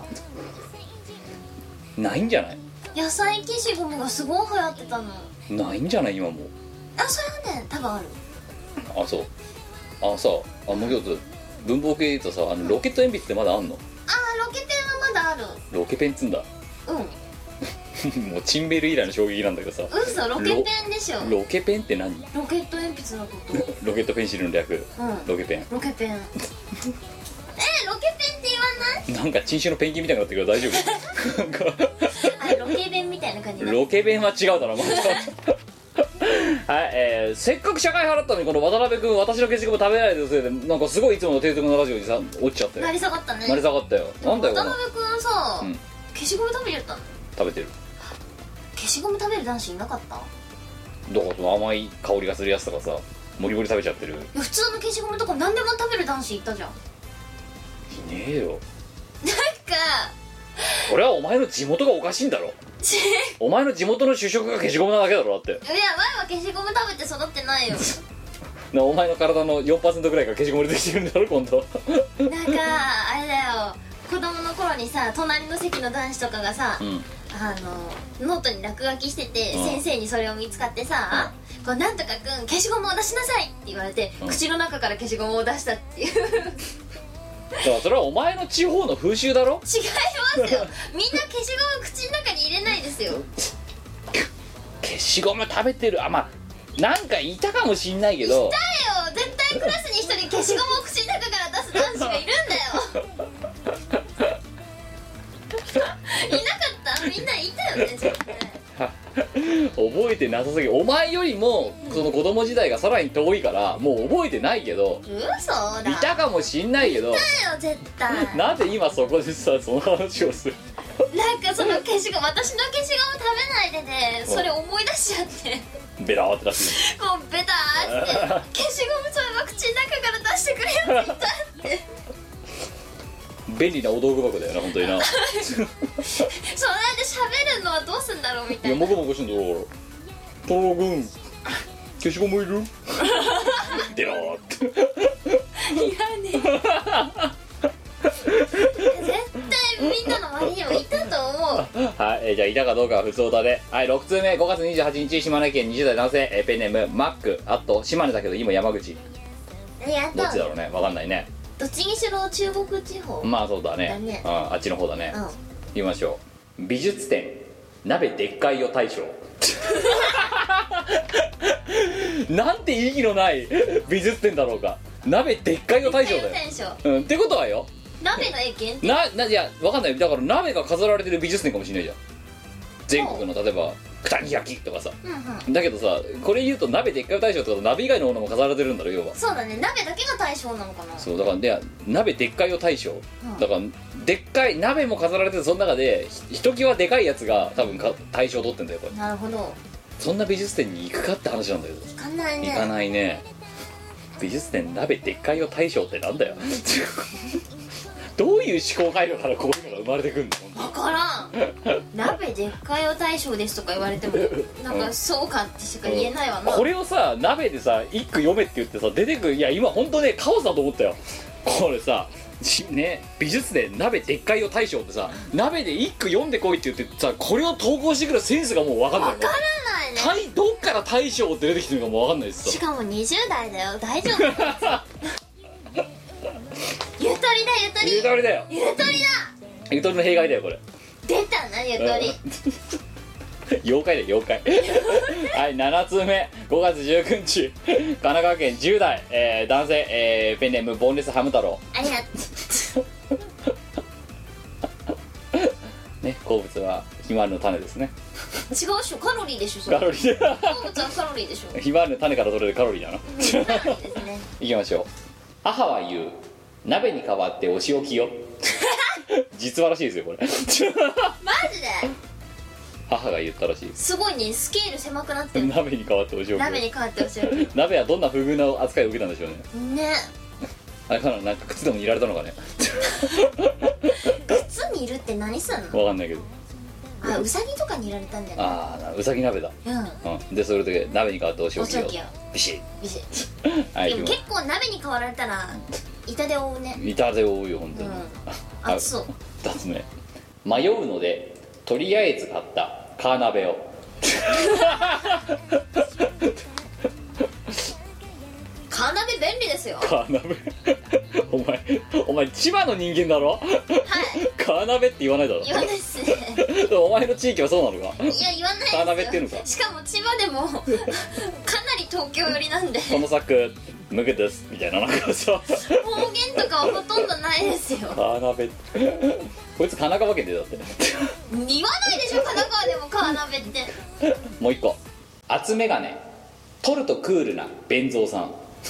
ないんじゃない？ 野菜消しゴムがすごい流行ってたの。 ないんじゃない今もう。 あ、それはね多分ある。 あ、そう。あ、さあ、もう一つ文房具系で言うとさ、ロケット鉛筆ってまだあんの？ あ、ロケペンはまだある。 ロケペンっつんだ。もうチンベル以来の衝撃なんだけどさ。 嘘、ロケペンでしょ。 ロケペンって何？ ロケット鉛筆のことロケットペンシルの略、ロケペン。 ロケペンロケペンって言わない？ なんか珍種のペンギンみたいになってるけど大丈夫？ あ、ロケ弁みたいな感じ。 ロケ弁は違うだろまた。はい、せっかく社会払ったのにこの渡辺君私の消しゴム食べないでせいでなんかすごいいつもの低俗のラジオにさ落ちちゃったよ。 なり下がったね。 なり下がったよ。なんだよ渡辺君さ、消しゴム食べちゃったの？ 食べてる。 消しゴム食べる男子いなかった？ どこその甘い香りがするやつとかさ、もりもり食べちゃってる。いや普通の消しゴムとか何でも食べる男子いたじゃん。 いねえよ。 なんかこれはお前の地元がおかしいんだろ。お前の地元の主食が消しゴムなだけだろだって。いや前は消しゴム食べて育ってないよ。 お前の体の 4% ぐらいが消しゴムでできてるんだろ今度。 なんかあれだよ、子供の頃にさ隣の席の男子とかがさ、ノートに落書きしてて、先生にそれを見つかってさ、こうなんとかくん消しゴムを出しなさいって言われて、口の中から消しゴムを出したっていう。 だからそれはお前の地方の風習だろ。 違いますよ。みんな消しゴム口の中に入れないですよ。 消しゴム食べてる。あ、まあなんかいたかもしんないけど。 いたよ、絶対クラスに一人消しゴムを口の中から出す男子がいるんだよ。いなかった？みんないたよね絶対。 覚えてなさすぎる。お前よりもその子供時代がさらに遠いからもう覚えてないけど。 嘘だ。 いたかもしんないけど。 いたよ絶対。 なんで今そこでさその話をする？ なんかその消しゴム、私の消しゴム食べないでね、それ思い出しちゃって。 ベラーって出す。 こうベターって消しゴムそういえば口の中から出してくれよって言ったって。 便利なお道具箱だよな本当にな。 その間喋るのはどうすんだろうみたいな。 いやもこもこしてんだから「トロ君消しゴムいる？」でらーっていらねえ。絶対みんなの周りにもいたと思う。 はい、じゃあいたかどうかは普通だで。はい、6通目5月28日島根県20代男性、ペンネームマック。あと島根だけど今山口。 ありがとう。 どっちだろうね、分かんないね。 どっちにしろ中国地方。 まあそうだね。あっちの方だね。言いましょう。美術展鍋でっかいよ大賞。なんて意義のない美術展だろうか。鍋でっかいよ大賞だよ。ってことはよ、 鍋の絵限定いや分かんない。だから鍋が飾られてる美術展かもしれないじゃん。全国の例えば九谷焼だかさ、だけどさこれ言うと鍋でっかい大賞ってことは鍋以外のものも飾られてるんだろ要は。 そうだね、鍋だけが大賞なのかな。 そうだからで鍋でっかいよ大賞、だからでっかい鍋も飾られてて、その中でひときわでかいやつが多分大賞取ってんだよこれ。 なるほど。 そんな美術展に行くかって話なんだけど。 行かないね。 行かないね。美術展鍋でっかいよ大賞ってなんだよ。どういう思考回路からこういうのが生まれてくんの？ 分からん。鍋でっかいよ大賞ですとか言われてもなんかそうかってしか言えないわな。 これをさ鍋でさ一句読めって言ってさ出てくる。いや今本当ねカオスだと思ったよ。 これさね、美術で鍋でっかいよ大賞ってさ、鍋で一句読んでこいって言ってさ、これを投稿してくるセンスがもう分かんない。 分からないね。 どっから大賞って出てきてるのかも分かんないですしかも20代だよ、大丈夫ゆとりだ、 ゆとりだよ、 ゆとりだ、 ゆとりの弊害だよこれ。 出たな、ゆとり妖怪だよ妖怪はい、7通目、5月19日神奈川県10代、男性、ペンネームボンレスハム太郎。 ありがとね、好物はひまわりの種ですね。 う。違うっしょ、カロリーでしょそれ。 カロリー好物はカロリーでしょひまわりの種から取れるカロリーだなカロリーですね。 いきましょう。母は言う、鍋に代わってお仕置きよ実話らしいですよこれマジで母が言ったらしい。 すごいね、スケール狭くなってる。 鍋に代わってお仕置きよ。 鍋に変わってほしい鍋はどんな不遇な扱いを受けたんでしょうね。 ね。 あれかな、なんか靴でも煮られたのかね靴にいるって何すんの。 分かんないけど。 あ、ウサギとかにいられたんじゃない。 ああ、うさぎ鍋だ。 うん。 でそれで鍋に代わってお仕置きよ。 お仕置きよビシッビシはい、 でも結構鍋に変わられたら痛手を負うね。 痛手を負うよ本当に。 うん。熱そう。 2つ目、迷うのでとりあえず買ったカーナベをカーナベ便利ですよ。 カーナベお前千葉の人間だろ。 はい。 カーナベって言わないだろ。 言わないっすね。 お前の地域はそうなのか。 いや、言わないですよ。 カーナベっていうのか。 しかも千葉でもかなり東京寄りなんでこの作無毛ですみたいな、なんかさ方言とかはほとんどないですよ。 カーナベこいつ神奈川県でだって言わないでしょ、神奈川でもカーナベって。 もう一個、厚メガネ取るとクールな弁蔵さん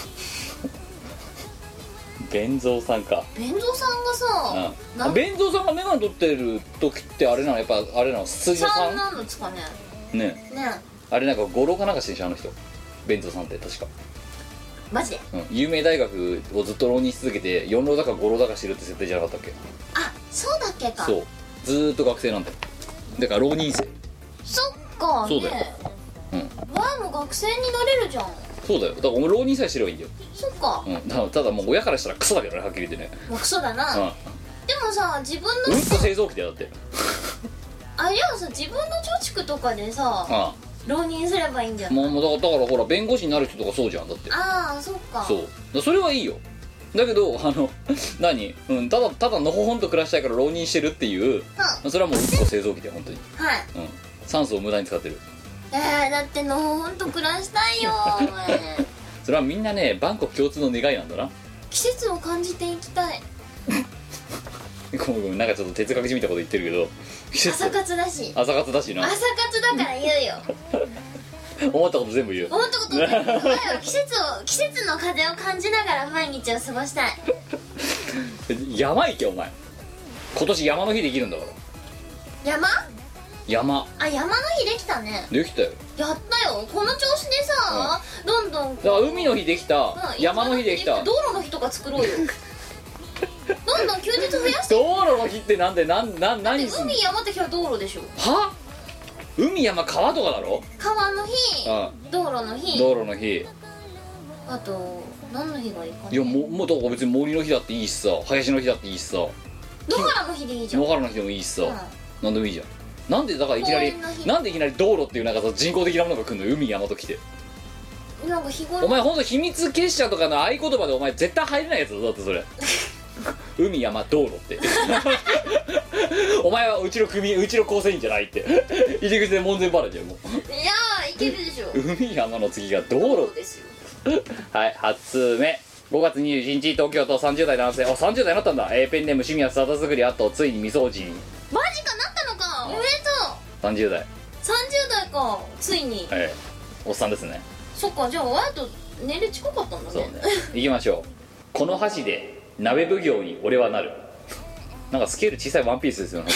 弁蔵さんか。 弁蔵さんがさ、 うん、弁蔵さんがメガネ取ってる時ってあれなの、やっぱあれなの、筋のさんなんですかね。 ねね、 あれなんか語呂かなんかしてんし、あの人弁蔵さんって確か、 マジで。 うん、有名大学をずっと浪人し続けて4浪だか5浪だかしてるって設定じゃなかったっけ。 あ、そうだっけか。 そうずーっと学生なんだよ。だから浪人生。 そっか。 そうだよ。うん。 わあ、もう学生になれるじゃん。 そうだよ。だからお前浪人さえしてればいいんだよ。 そっか。 うん。ただもう親からしたらクソだけどね、はっきり言ってね。 もうクソだな。 うん。 でもさ、自分のうんと製造機だよだって。 あれはさ、自分の貯蓄とかでさ、 あ浪人すればいいんじゃあ。 ん。 もうだからほら弁護士になる人とかそうじゃんだって。 ああ、そっか。 そう。だからそれはいいよ。だけど何、うん、ただのほほんと暮らしたいから浪人してるっていう、それはもううんこ製造機だよ本当に。 はい。 うん。酸素を無駄に使ってる。 だってのほほんと暮らしたいよお前それはみんなね、万国共通の願いなんだな。 季節を感じていきたい。 ごめんなんかちょっと哲学じみたこと言ってるけど、 朝活だし。 朝活だしな。 朝活だから言うよ。 思ったこと全部言う。 思ったことない。季節の風を感じながら毎日を過ごしたい。 山行けお前。今年山の日できるんだから。 山？ 山。 あ、山の日できたね。 できたよ。 やったよ。この調子でさ、どんどんだから海の日できた、山の日できた、 道路の日とか作ろうよ。どんどん休日増やして。 道路の日ってなんで何すんの。 海山って日は道路でしょ。 は？海山川とかだろ。 川の日、道路の日、 道路の日。 あと何の日がいいかな。 いやもうだから別に森の日だっていいしさ、林の日だっていいしさ、 野原の日でいいじゃん。 野原の日でもいいしさ、なんでもいいじゃん。なんでだからいきなり道路っていうなんかさ人工的なものが来るの、海山と来て。 なんか日頃お前ほんと秘密結社とかの合言葉でお前絶対入れないやつだってそれ海山道路ってお前はうちの構成員じゃないって入り口で門前払いじゃんもう。 いやーいけるでしょ。 海山の次が道路ですよ。 はい8通目、5月21日東京都30代男性。30代になったんだ。ペンネーム趣味は沙汰作り、あとついに未掃除に。 マジか、なったのか。おめでとう。 30代 30代か、ついに。 おっさんですね。 そっか、じゃあ親と年齢近かったんだね。 そうね。行きましょう。この箸で鍋奉行に俺はなる。なんかスケール小さいワンピースですよね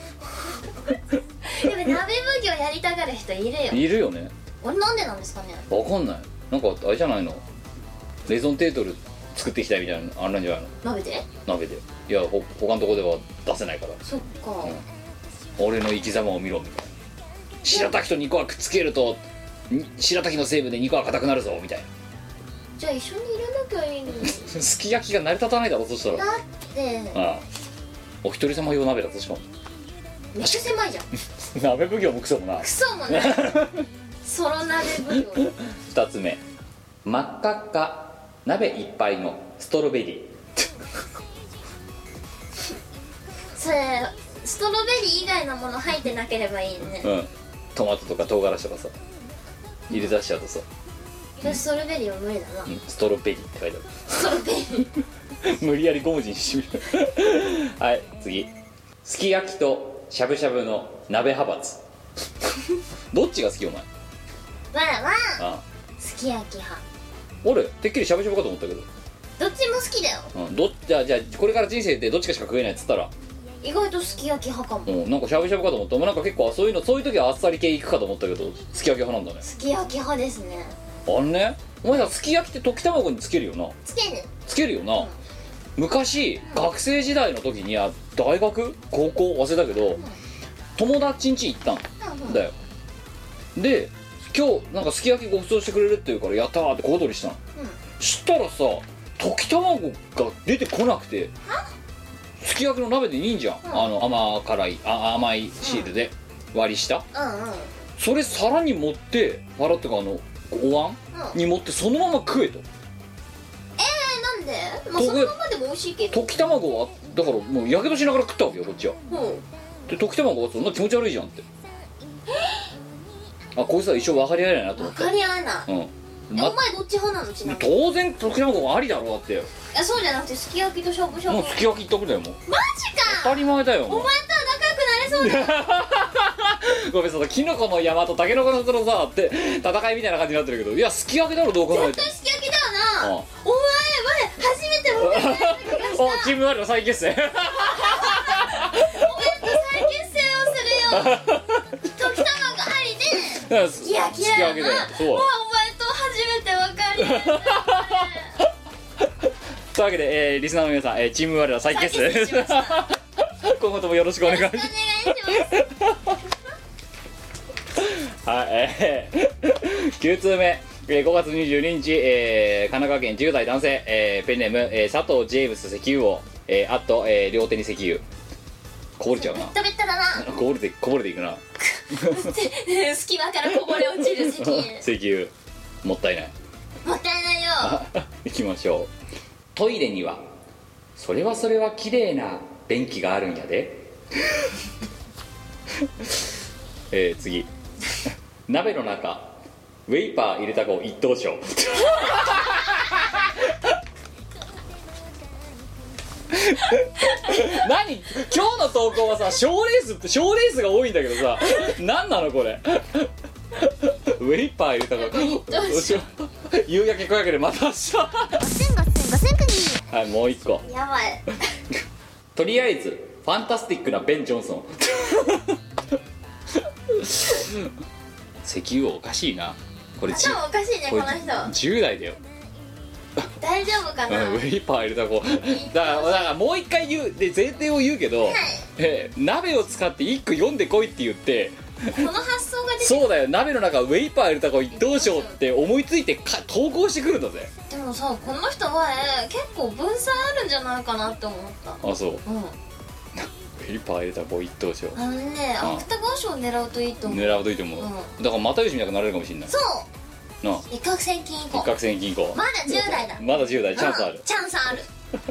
でも鍋奉行やりたがる人いるよ。 いるよね。 俺なんでなんですかね。 わかんない。なんかあれじゃないの、レゾンテートル作っていきたいみたいなのあんなんじゃないの。 鍋で。 いや他のとこでは出せないから。 そっか、 俺の生き様を見ろみたいな。白滝と肉はくっつけると白滝の成分で肉は硬くなるぞみたいな。 じゃあ一緒に入れなきゃいいのに。 すき焼きが成り立たないだろそしたら。 だってああ、お一人様用鍋だとしかも。 めっちゃ狭いじゃん。 鍋奉行もクソもな。 クソもねソロ鍋奉行。 2つ目、真っ赤っか鍋いっぱいのストロベリー。 それストロベリー以外のもの入ってなければいいね。 うん、トマトとか唐辛子とかさ入れ出しちゃうとさ、 ストロベリーは無理だな。 ストロベリーって書いてストロベリーある無理やり5文字にしてみるはい、次、すき焼きとしゃぶしゃぶの鍋派閥どっちが好きお前。 わらはあすき焼き派。 俺てっきりしゃぶしゃぶかと思ったけど、 どっちも好きだよ。 じゃあこれから人生でどっちかしか食えないっつったら、 意外とすき焼き派かも。 なんかしゃぶしゃぶかと思った。なんか結構そういう時はあっさり系いくかと思ったけど、すき焼き派なんだね。 すき焼き派ですね。 あれね、お前さすき焼きって溶き卵につけるよな。 つける。 つけるよな、昔学生時代の時に大学高校忘れたけど、友達ん家行ったんだよ。で今日なんかすき焼きご馳走してくれるって言うからやったーって小躍りしたの。したらさ、溶き卵が出てこなくて、すき焼きの鍋でいいんじゃん、甘辛い甘い汁で割りした、それ皿に盛って皿ってかお椀に盛ってそのまま食えと。 なんで？まあそのままでも美味しいけど。 溶き卵はだからもうやけどしながら食ったわけよこっちは。で溶き卵はそんな気持ち悪いじゃんって。こいつは一生分かり合えないなと思って。 分かり合えない。お前どっち派なの？ちなみに。 当然溶き卵はありだろだって。 そうじゃなくてすき焼きとしゃぶしゃぶ。 もうすき焼き一択だよもう。 マジか。 当たり前だよ。 お前とは仲良くなれそうだよごめん、そのキノコの山とタケノコのそのさって戦いみたいな感じになってるけど、いやすき焼きだろどう考えても。 絶対すき焼きだよな。お前初めて分かった気がしたチームワールド再結成お前と再結成をするよ溶き卵ありですき焼きだよな。 そう。 お前と初めて分かりましたというわけで、リスナーの皆さん、チームワールド再結成再結成しました今後ともよろしくお願いします。 お願いしますはい、9通目、5月22日、神奈川県10代男性、ペンネーム、佐藤ジェームス石油王、あと、両手に石油。こぼれちゃうな。 ベッタベッタだなこぼれていくな隙間からこぼれ落ちる石油石油もったいない。 もったいないよ行きましょう。トイレにはそれは綺麗な便器があるんやで次鍋の中ウェイパー入れた子一等賞何今日の投稿はさ賞レースが多いんだけどさ何なのこれウェイパー入れた子夕焼け小焼けでまた明日はい、もう一個やばいとりあえずファンタスティックなベン・ジョンソン石油王おかしいなこれ。 頭おかしいねこの人。 10代だよ大丈夫かなウェイパー入れた子だからもう一回言うで前提を言うけど、鍋を使って一句読んでこいって言ってこの発想が出てそうだよ、鍋の中ウェイパー入れた子一等賞って思いついて投稿してくるんだぜ。 でもさこの人前結構分散あるんじゃないかなって思った。 あ、そうウェイパー入れた子一等賞あのね芥川賞を狙うといいと思う。 狙うといいと思う、だから又吉みたいになれるかもしれない。 そうな一攫千金行こう。 一攫千金行こう。 まだ10代だ。 まだ10代チャンスある。 チャンスある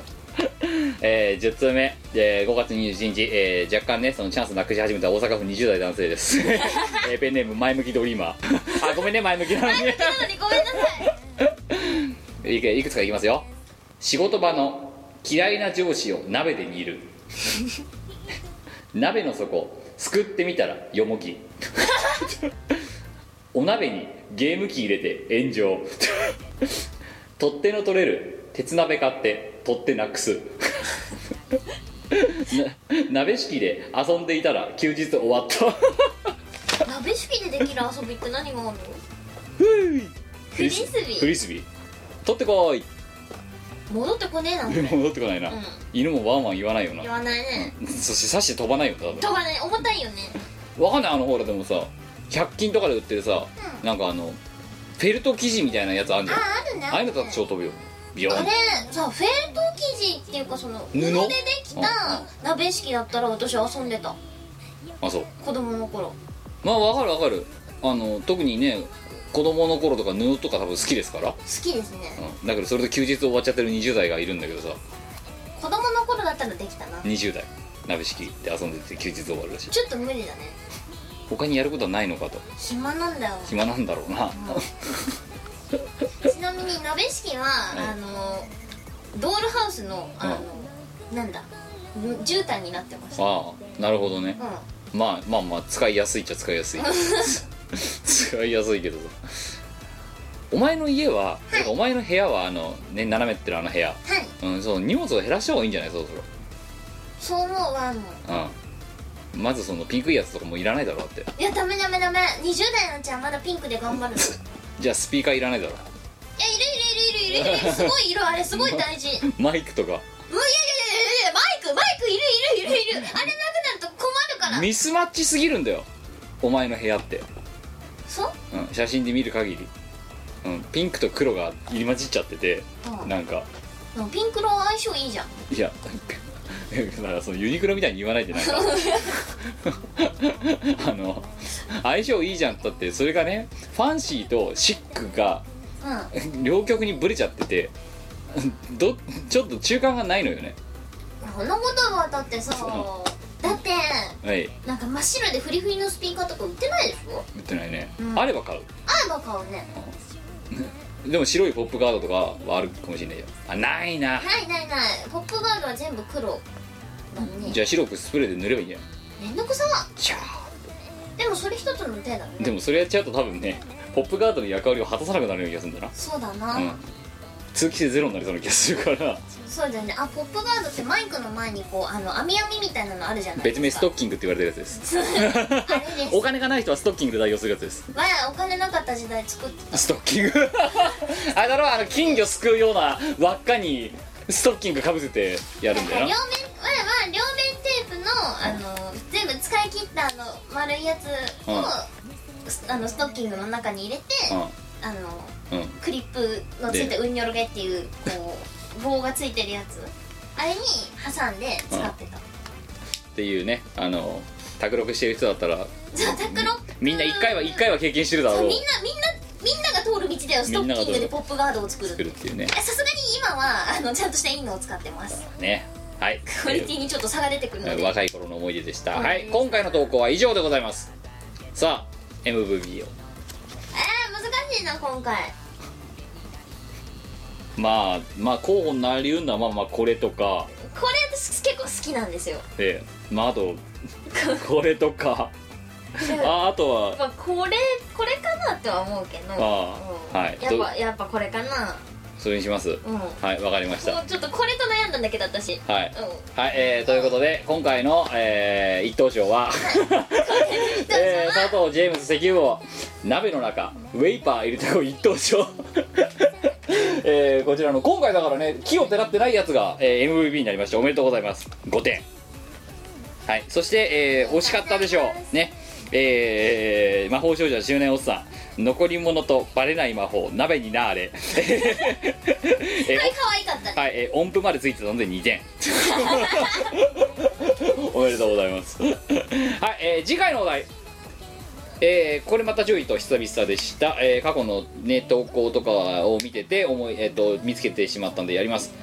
10通目、5月21日、若干ねそのチャンスなくし始めた大阪府20代男性ですペンネーム前向きドリーマーあ、ごめんね前向きなのに前向きなのにごめんなさいいくつかいきますよ。仕事場の嫌いな上司を鍋で煮る鍋の底すくってみたらよもぎお鍋にゲーム機入れて炎上取っ手の取れる鉄鍋買って取っ手なくす鍋敷で遊んでいたら休日終わった鍋敷でできる遊びって何があるの？フリスビー。 フリスビー取ってこい。 戻ってこねえな戻ってこないな、犬もワンワン言わないよな。 言わないね、 そして刺して飛ばないよ多分。 飛ばない。重たいよね。 わかんないほらでもさ100均とかで売ってるさ、なんかフェルト生地みたいなやつあるじゃん。 あるね。 ああいうのだと超飛ぶよ。 ビヨン。 あれさ、フェルト生地っていうかその布でできた鍋敷だったら私遊んでた。 あ、そう。 子供の頃。 まあわかるわかる。特にね子供の頃とか布とか多分好きですから。 好きですね。 だけどそれで休日終わっちゃってる20代がいるんだけどさ。 子供の頃だったらできたな。 20代鍋敷で遊んでて休日終わるらしい。 ちょっと無理だね。 他にやることはないのかと。 暇なんだよ。 暇なんだろうな。 ちなみに鍋敷は、ドールハウスのなんだ絨毯になってました。 ああ、なるほどね。まあ使いやすいっちゃ使いやすい。使いやすいけどさ。お前の家は、お前の部屋はね、斜めってる部屋、はい、そう荷物を減らした方がいいんじゃない？そろそろ。 そう思うわ。 まずそのピンクいやつとかもいらないだろうって。 いや、ダメ20代のうちはまだピンクで頑張るの。 じゃあスピーカーいらないだろう。 いや、いるすごい色、あれすごい大事。 マイクとか。 いやマイクいる。あれなくなると困るから。 ミスマッチすぎるんだよお前の部屋って。 そう？ 写真で見る限り、ピンクと黒が入り混じっちゃってて、なんかピンクの相性いいじゃん。 いやだからそのユニクロみたいに言わないで、なんか相性いいじゃん。だってそれがね、ファンシーとシックが、両極にブレちゃっててちょっと中間がないのよね。 そんなことはだってさ、だって、 はい、 なんか真っ白でフリフリのスピーカーとか売ってないでしょ。売ってないね、あれば買う。 あれば買うね。 でも白いポップガードとかはあるかもしれないじゃん。ないな。 ないポップガードは全部黒だね。 じゃあ白くスプレーで塗ればいいんじゃん。 めんどくさ。 シャー。 でもそれ一つの手だね。 でもそれやっちゃうと多分ね、ポップガードの役割を果たさなくなるような気がするんだな。 そうだな、 通気性ゼロになりそうな気がするから。 そうだよね。ポップガードってマイクの前にこう網みたいなのあるじゃないですか。 別名ストッキングって言われてるやつです。 あれです。 お金がない人はストッキングで代用するやつです。 わや、お金なかった時代作ってたストッキングあれだろ、金魚すくうような輪っかにストッキングかぶせてやるんだよな。 両面テープの全部使い切った丸いやつを、ストッキングの中に入れて、クリップのついてうんにょろげっていうこう棒がついてるやつ、あれに挟んで使ってた、 っていうね。卓録してる人だったらみんな一回は経験してるだろう。 みんなが通る道ではストッキングでポップガードを作るっていうね。 さすがに今はちゃんとしたいいのを使ってますね。はい、 クオリティにちょっと差が出てくるので、 若い頃の思い出でした。はい、今回の投稿は以上でございます。さあ MVB を難しいな今回。 まあ候補になりうるのはこれとか。 これ私結構好きなんですよ。 あとこれとかあとは、 これかなっては思うけど、はい、やっぱこれかな。 それにします。はい、わかりました。 ちょっとこれと悩んだんだけど私。 はい、ということで今回の一等賞は佐藤ジェームズ石油王鍋の中ウェイパー入れてこい一等賞こちらの今回だからね、木をてらってないやつが、MVP になりました。おめでとうございます。5点。はい、そして、惜しかったでしょうね。魔法少女10年おっさん、残り物とバレない魔法鍋になーれ可愛かったね。 はい、音符までついてたので2点おめでとうございますはい、次回のお題、これまた10位と久々でした、過去の、ね、投稿とかを見てて見つけてしまったんでやります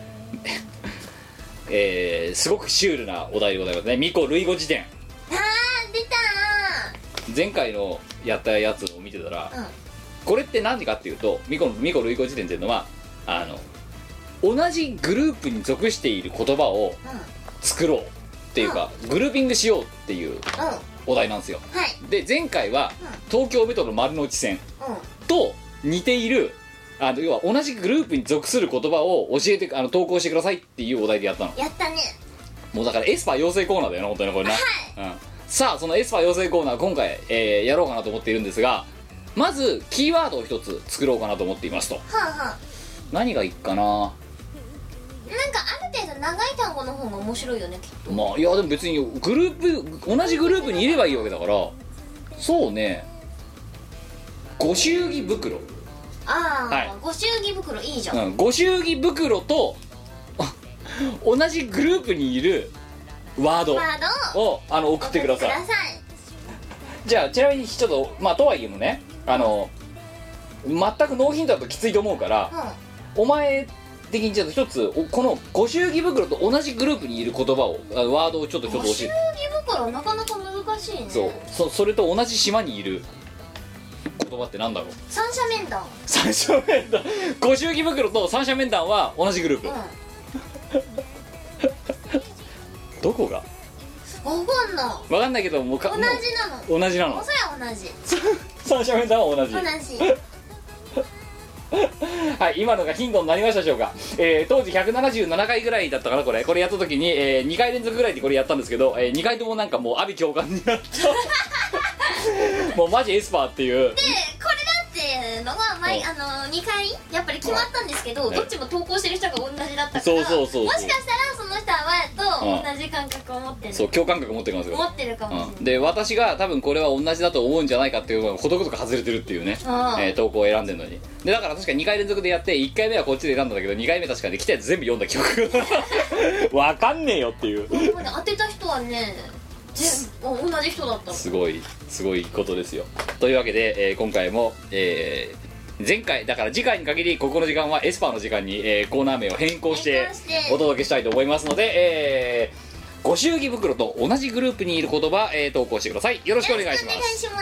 すごくシュールなお題でございますね。ミコ類語辞典。 出た前回のやったやつを見てたら、これって何かっていうと、ミコ類語辞典っていうのは同じグループに属している言葉を作ろうっていうか、グルーピングしようっていうお題なんですよ。で前回は東京メトロ丸の内線と似ている要は同じグループに属する言葉を教えて投稿してくださいっていうお題でやったの。 やったね。 もうだからエスパー養成コーナーだよな本当にこれな。さあそのエスパー養成コーナー今回、やろうかなと思っているんですが、まずキーワードを一つ作ろうかなと思っていますと。何がいいかな。 なんかある程度長い単語の方が面白いよねきっと。 いやでも別に同じグループにいればいいわけだから。そうね、ご祝儀袋ああ、 はいご祝儀袋いいじゃん、 ご祝儀袋と同じグループにいるワードワードをを送ってください。 送ってください。 じゃあちなみにちょっととはいえもね全くノーヒントだときついと思うから、お前的にちょっと一つこのご祝儀袋と同じグループにいる言葉をワードをちょっと教えて。 ご祝儀袋なかなか難しいね。 それと同じ島にいる言葉ってなんだろう。 三者面談。 三者面談。ご祝儀袋と三者面談は同じグループ、どこが分分かんないけどもう同じなの。 同じなの。 それは同じ。 三者面談は同じ。 同じ。 はい、今のがヒントになりましたでしょうか。当時177回ぐらいだったかな、これやった時に、2回連続ぐらいでこれやったんですけど、2回ともなんかもう阿鼻共感になったもうマジエスパーっていう。 でこれだっていうのが2回やっぱり決まったんですけど、どっちも投稿してる人が同じだったから、 そうもしかしたらその人は前と同じ感覚を持ってる、 そう共感覚持ってるんですよ。 持ってるかもしれない、 で私が多分これは同じだと思うんじゃないかっていうのがことごとく外れてるっていうね、投稿を選んでるのに。でだから確か2回連続でやって1回目はこっちで選んだんだけど、2回目確かに来たやつ全部読んだ記憶わかんねえよっていう。 当てた人はね同じ人だった。 すごいことですよ。というわけで、今回も、前回だから次回に限りここの時間はエスパーの時間に、コーナー名を変更してお届けしたいと思いますので、ご祝儀袋と同じグループにいる言葉、投稿してください。よろしくお願いします。 お願いします。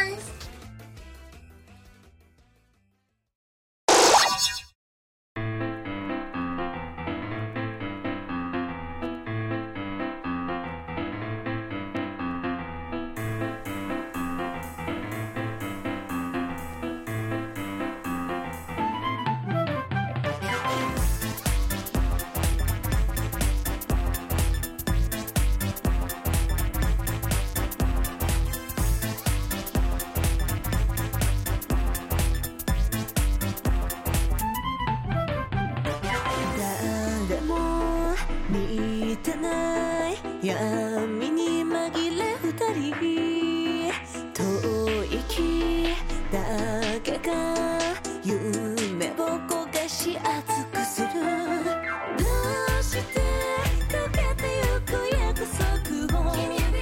闇に紛れ二人遠い息だけが夢を焦がし熱くする。どうして溶けてゆく約束を、どう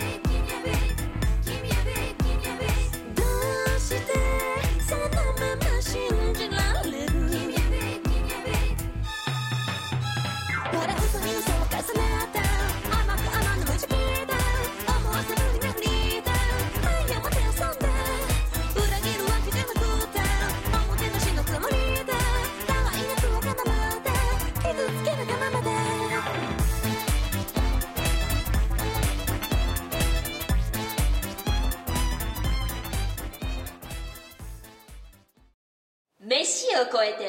してそのまま信じられる。まだ嘘に嘘を重ねた飯を超えて。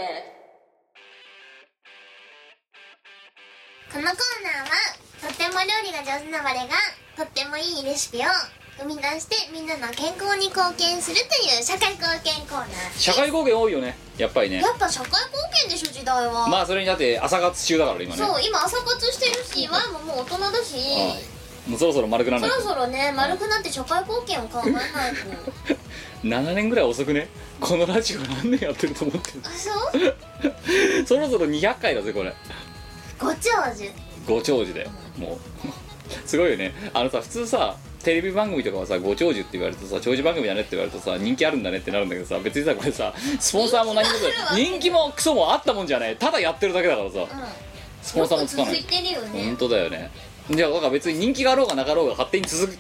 このコーナーはとっても料理が上手な我がとってもいいレシピを生み出してみんなの健康に貢献するという社会貢献コーナー。 社会貢献多いよねやっぱりね。 やっぱ社会貢献でしょ時代は。 まあそれにだって朝活中だから今ね。 そう今朝活してるしワイももう大人だし、 もうそろそろ丸くならないと。 そろそろね丸くなって社会貢献を考えないと 7年ぐらい遅くね。このラジオ何年やってると思ってる。 あそうそろそろ200回だぜこれ。 ご長寿ご長寿だよもうすごいよね。さ普通さテレビ番組とかはさご長寿って言われるとさ長寿番組だねって言われるとさ人気あるんだねってなるんだけどさ、別にさこれさスポンサーも何も人気もクソもあったもんじゃない。ただやってるだけだからさ、スポンサーもつかない。 よく続いてるよね。 本当だよね。じゃあだから別に人気があろうがなかろうが勝手に続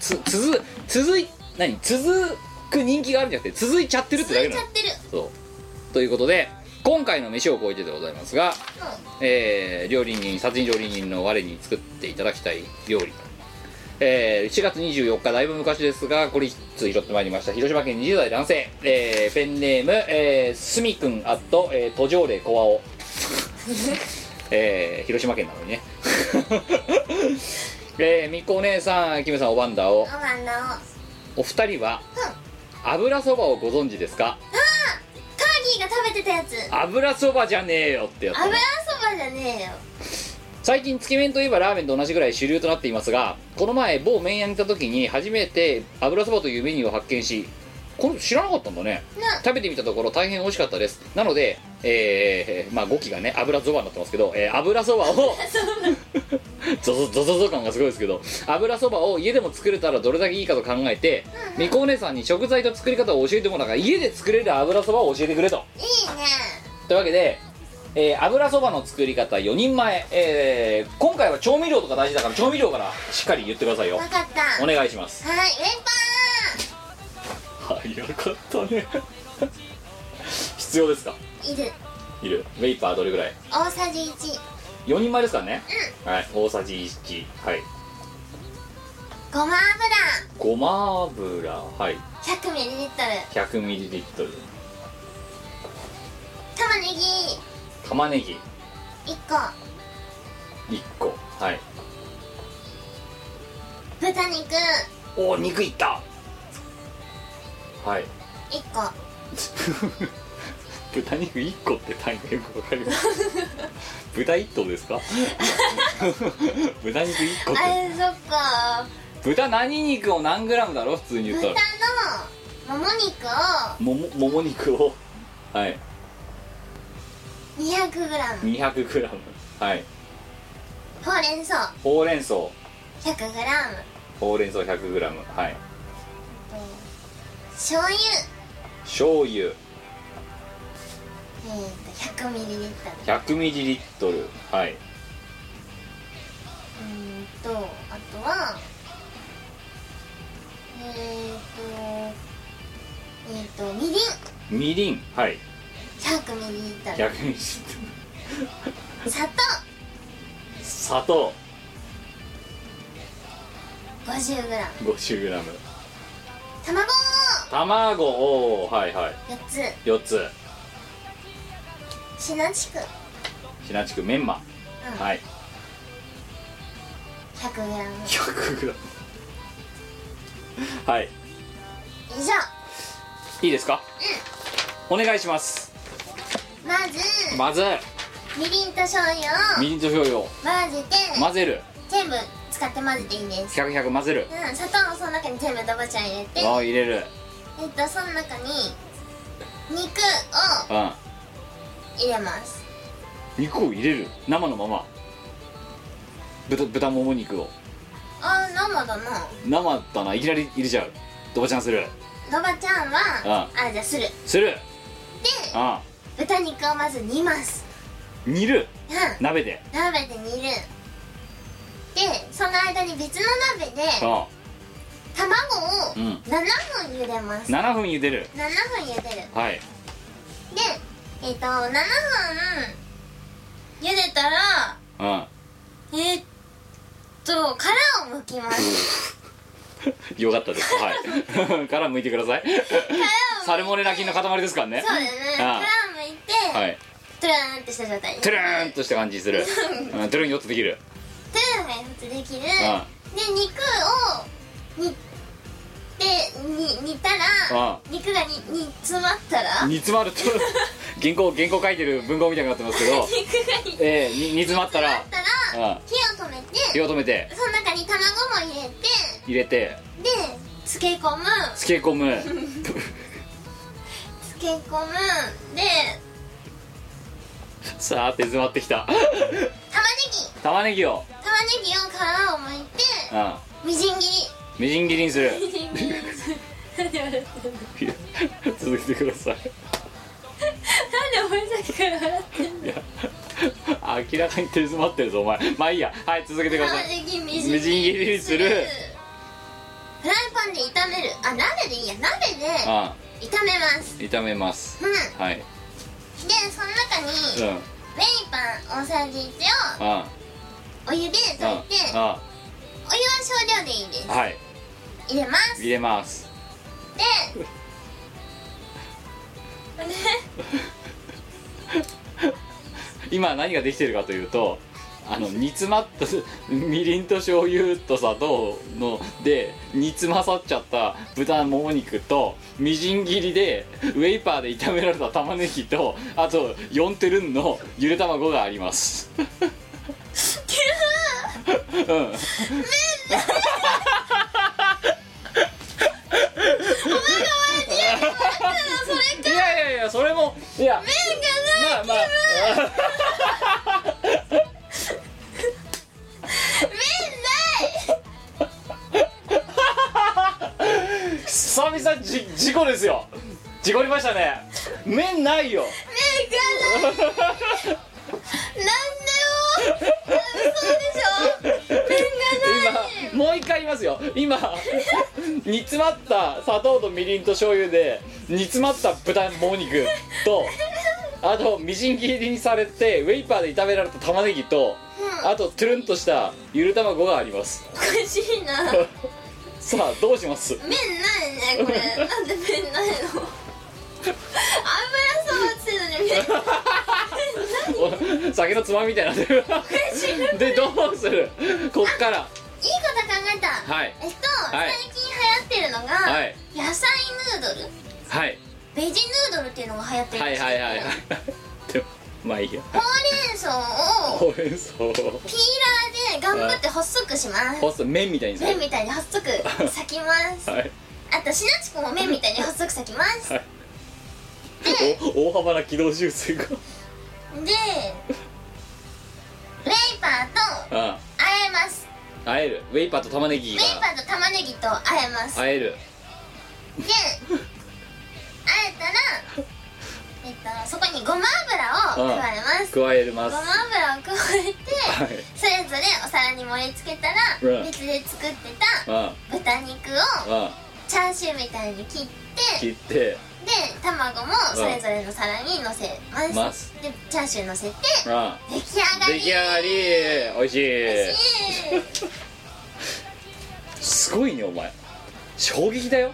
く人気があるんじゃなくて続いちゃってるってだけなの。 続いちゃってる。 そうということで今回の飯を超えてでございますが、料理人殺人料理人の我に作っていただきたい料理、4月24日だいぶ昔ですがこれ1つ拾ってまいりました。広島県20代男性、ペンネーム、すみくん途上霊コアオ広島県なのにねみっこお姉さんキムさんおばんだおお二人は、油そばをご存知ですか？ カーギーが食べてたやつ。 油そばじゃねえよってやつ。 油そばじゃねえよ。 最近つけ麺といえばラーメンと同じぐらい主流となっていますが、この前某麺屋に行った時に初めて油そばというメニューを発見し、これ知らなかったんだね。食べてみたところ大変美味しかったです。なのでまあ5機がね油そばになってますけど、油そばをゾゾゾゾゾ感がすごいですけど、油そばを家でも作れたらどれだけいいかと考えて、みこお姉さんに食材と作り方を教えてもらうから、家で作れる油そばを教えてくれと。 いいね。 というわけで、油そばの作り方4人前、今回は調味料とか大事だから調味料からしっかり言ってくださいよ。 分かった。 お願いします。 はい、ウェイパ早かったね必要ですか？ ーいる。 いる。ウェイパーどれぐらい？ 大さじ1。 4人前ですからね。はい、大さじ1。はい。 ごまごま油、はい、 油 100ml。 100ml。 玉ねぎ玉ねぎ 1個。 1個。はい。 豚肉おー、肉いった。はい 1個。 豚肉1個って単位よくわかります豚1頭ですか豚肉1個ってあれ、そっか。 豚何肉を何グラムだろ普通に言ったら。 豚のもも肉をもも肉を、はい、 200g。 200g。 はい。 ほうれん草ほうれん草 100g。 ほうれん草 100g。 はい。 醤油醤油 100ml。 100ml。はい。 あとはみりんみりん、はい、 100ml。 100ml。 砂糖砂糖 50g。 50g。 卵卵を、はいはい、4つ。 シナチクシナチクメンマ、はい、 100g。 100g。 はい。 以上。 いいですか？お願いします。 まずみりんと醤油を混ぜて、 混ぜる。 全部使って混ぜていいです。 100混ぜる。 砂糖をその中に全部ドバちゃん入れて、 入れる。 その中に肉を入れます。 肉を入れる。生のまま。豚もも肉を。 生だな。 生だな。いきなり入れちゃう。ドバちゃんする。 ドバちゃんはじゃあする。で豚肉をまず煮ます。 煮る。鍋で煮る。でその間に別の鍋で卵を7分茹でます。 7分茹でる。はい。 で7分茹でたら殻を剥きますよかったです。はい殻剥いてください。サルモネラ菌の塊ですからね。 そうだよね。殻を剥いて、はい、トゥルーンってした状態。 トゥルーンとした感じする。トゥルーン4つできる。 トゥルーンが4つできる。で肉を煮たら、肉が煮詰まったら、煮詰まると原稿書いてる文豪みたいになってますけど肉が煮詰まったら火を止めてその中に卵も入れてで漬け込むでさあ手詰まってきた。玉ねぎを皮を剥いてみじん切りにする。続けてください。 なんでお前さっきから笑ってんの？ 明らかに手詰まってるぞお前。まあいいや。はい、続けてください。みじん切りにする。 フライパンで炒める。鍋でいいや。鍋で炒めます。 はい。 でその中にウェイパン大さじ1をお湯で溶いて、お湯は少量でいいです。 はい。 入れます。で今何ができてるかというと、煮詰まったみりんと醤油と砂糖ので煮詰まさっちゃった豚もも肉とみじん切りでウェイパーで炒められた玉ねぎと、あと4テルンのゆで卵があります。いやそれもいや麺がない。 さん事故ですよ。事故りましたね。麺ないよ。 麺がないなんでよ嘘でしょ。麺がない今もう一回言いますよ。今煮詰まった砂糖とみりんと醤油で煮詰まった豚もも肉と、あとみじん切りにされてウェイパーで炒められた玉ねぎと、あとトゥルンとしたゆる卵があります。 おかしいな。 さあどうします？ 麺ないねこれ。なんで麺ないの。油そばついのに麺酒のつまみみたいになってる。でどうする？こっから。 いいこと考えた。 はい。 最近流行ってるのが、 はい、 野菜ヌードル。 はい。 ベジヌードルっていうのが流行ってるんですけど、 はいでもまあいいや。 ほうれん草をピーラーで頑張って細くします。 麺みたいに麺みたいに細く裂きます、はい、あとシナチコも麺みたいに細く裂きます、はい、で大幅な軌道修正がでウェイパーとあえます。 あえる。ウェイパーと玉ねぎが。 ウェイパーと玉ねぎとあえます。 あえる。 であえたらそこにごま油を加えます。 加えます。 ごま油を加えて、はい、それぞれお皿に盛り付けたら、別で作ってた豚肉をチャーシューみたいに切ってで卵もそれぞれの皿にのせます。でチャーシューのせて出来上がり。 出来上がり。おいしい。すごいねお前。衝撃だよ。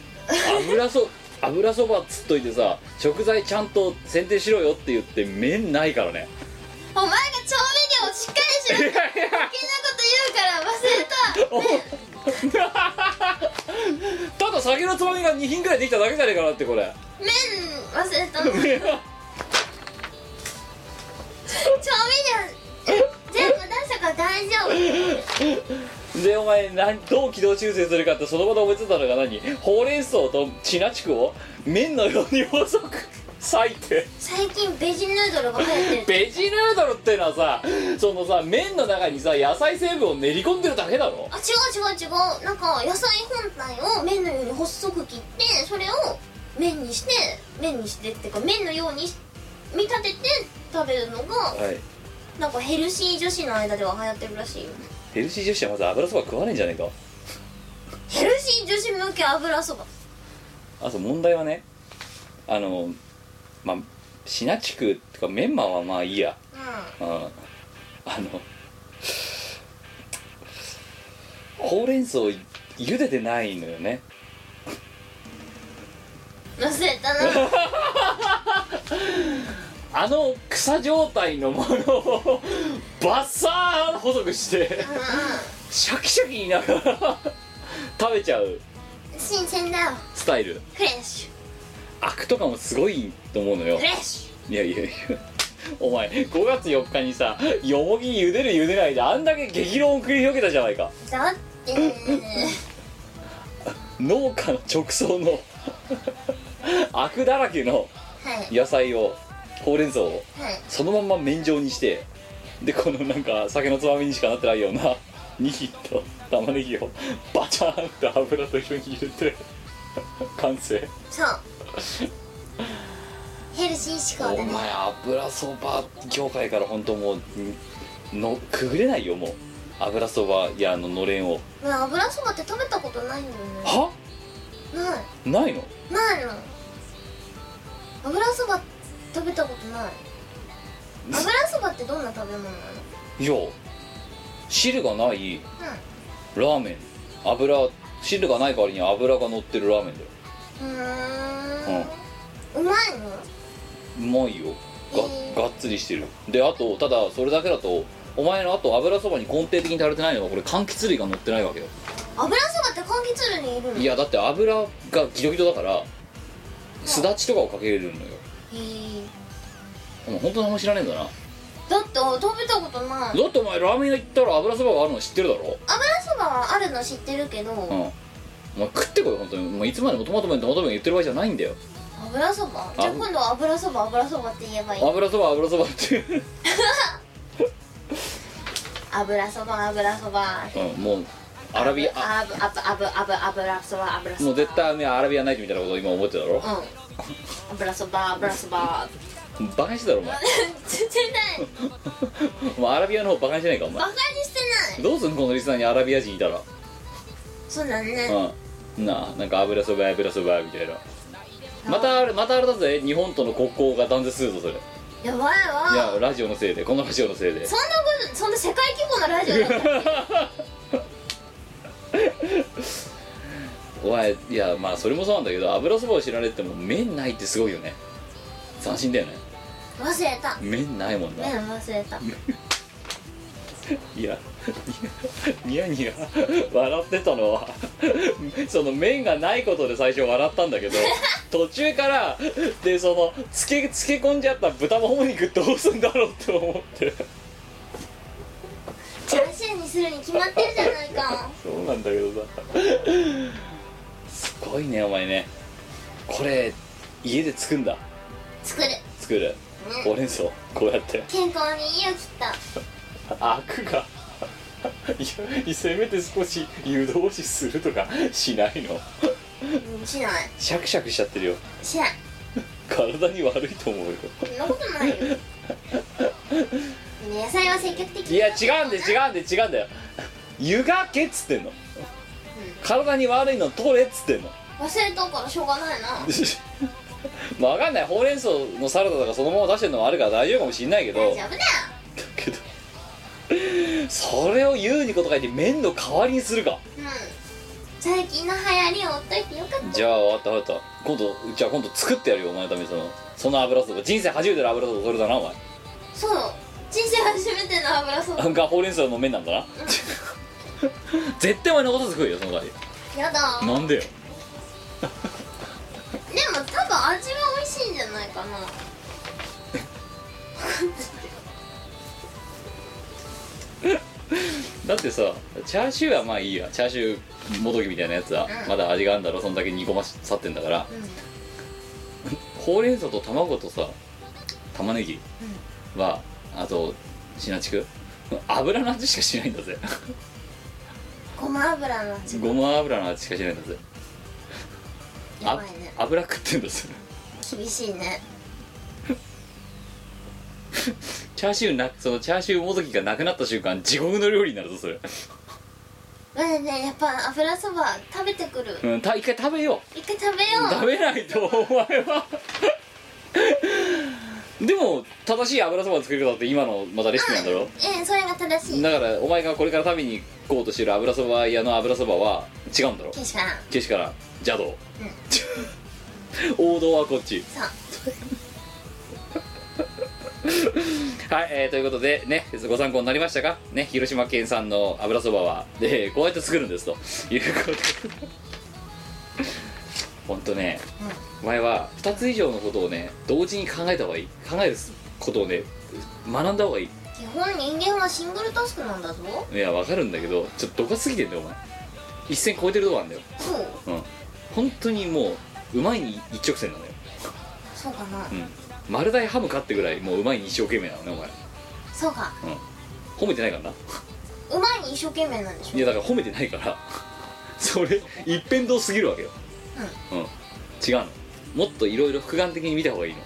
油そばっつっといてさ、食材ちゃんと選定しろよって言って麺ないからね。 お前が調味料しっかりしろって余計なこと言うから忘れた。 ただ酒のつまみが2品くらいできただけじゃねえかなってこれ。 麺忘れたの。調味料全部出したから大丈夫。 でお前どう軌道修正するかってその場で覚えてたのが何？ほうれん草とシナチクを麺のように細く裂いて。 最近ベジヌードルが流行ってる。 ベジヌードルってのはさ、そのさ麺の中にさ野菜成分を練り込んでるだけだろ。 あ、違う。なんか野菜本体を麺のように細く切ってそれを麺にしてっていうか麺のように見立てて食べるのが、はい、なんかヘルシー女子の間では流行ってるらしいよ。 ヘルシー女子はまず油そば食わねえんじゃねえか。 ヘルシー女子向け油そば。 あと問題はね、まあシナチクとかメンマはまあいいや、ほうれん草茹でてないのよね。 忘れたな。 草状態のものをバッサー細くしてシャキシャキ言いながら食べちゃう新鮮だよスタイル。 フレッシュ。アクとかもすごいと思うのよ。 フレッシュ。いやお前5月4日にさよもぎ茹でる茹でないであんだけ激論を繰り広げたじゃないか。 だって農家の直送のアクだらけの野菜を、ほうれん草をそのまんま麺状にして、でこのなんか酒のつまみにしかなってないような2匹と玉ねぎをバチャーンって油と一緒に入れて完成。 そうヘルシー志向だね。 お前油そば業界から本当もうくぐれないよもう。油そばやのれんを。 油そばって食べたことないんだよね。 は？ないの？ ないの。油そば食べたことない。油そばってどんな食べ物なの？ いや汁がない、ラーメン。汁がない代わりに油が乗ってるラーメンだよ。 うまいの？ うまいよ。がっつりしてる。であとただそれだけだとお前のあと油そばに根底的に足りてないのはこれ柑橘類が乗ってないわけよ。 油そばって柑橘類にいるの？ いやだって油がギトギトだからすだちとかをかけれるのよ。お前本当にあんま知らねえんだな。 だって食べたことない。 だってお前ラーメン屋行ったら油そばがあるの知ってるだろ。 油そばはあるの知ってるけど、 お前食ってこい本当に。お前いつまでもトマト麺言ってる場合じゃないんだよ。 油そば？じゃあ今度は油そばって言えばいい。 油そばって油そば、 もうアラビア油そば油そばもう絶対アラビアナイトみたいなことを今思ってただろ。 油そばバカにしてたろお前してないお前アラビアの方バカにしてないかお前。 バカにしてない。 どうすんこのリスナーにアラビア人いたら。 そうだね。 なんか油そばみたいな。またあれだぜ、日本との国交が断絶するぞそれ。 やばいわ。 いやラジオのせいで、このラジオのせいで。 そんな世界規模のラジオだったお前いやまあそれもそうなんだけど、油そばを知られても麺ないってすごいよね。斬新だよね。 忘れた。 麺ないもんな。 麺忘れた。 いやニヤニヤ笑ってたのはその麺がないことで最初笑ったんだけど途中からでその漬け込んじゃった豚もも肉どうすんだろうって思ってチャーシューにするに決まってるじゃないかそうなんだけどさすごいねお前ね。これ家で作る、ほうれん草こうやって健康にいいよきっと。 アクがいやせめて少し湯通しするとかしないの？ しない。 シャクシャクしちゃってるよ。 しない。 体に悪いと思うよ。 そんなことないよ野菜は積極的に。 いや違うんだよ湯がけっつってんの、体に悪いの取れっつってんの。 忘れたからしょうがないなまあ分かんない、ほうれん草のサラダとかそのまま出してるのもあるから大丈夫かもしんないけど、 大丈夫だよ。 だけどそれを湯にこと書いて麺の代わりにするか。 最近の流行りを追っといてよかった。 じゃあ分かった今度作ってやるよお前のためにその油そば。人生初めての油そばそれだなお前。 そう人生初めての油そばがほうれん草の麺なんだな絶対お前残さず食うよその代わり。 やだ。 なんでよでも多分味は美味しいんじゃないかなだってさチャーシューはまあいいや、チャーシューもどきみたいなやつはまだ味があるんだろう、そんだけ煮込まさってんだから、ほうれん草と卵とさ玉ねぎは、あとシナチク油の味しかしないんだぜごま油の味。 ごま油の味しかしないんだぜ。 やばいね。 油食ってんだぜ厳しいねチャーシューもどきがなくなった瞬間地獄の料理になるぞそれねやっぱ油そば食べてくる。 一回食べよう。 一回食べよう。 食べないとお前はでも正しい油そばの作り方って今のまたレシピなんだろ。 それが正しい。 だからお前がこれから食べに行こうとしてる油そば屋の油そばは違うんだろ。 けしからん。 けしからん邪道、王道はこっち。 そうはい、ということでね、ご参考になりましたかね。広島県産の油そばはでこうやって作るんですということでほんとね、お前は2つ以上のことをね同時に考えた方がいい。考えることをね学んだ方がいい。 基本人間はシングルタスクなんだぞ。 いや分かるんだけどちょっとどかすぎてんだよお前。一線超えてるとこなんだよ。 そう本当にもううまいに一直線なのよ。 そうかな。 丸大ハムかってぐらいもううまいに一生懸命なのねお前。 そうか。 褒めてないからな。 うまいに一生懸命なんでしょ。 いやだから褒めてないからそれ一辺倒すぎるわけよ。違うの。もっといろいろ複眼的に見た方がいいの。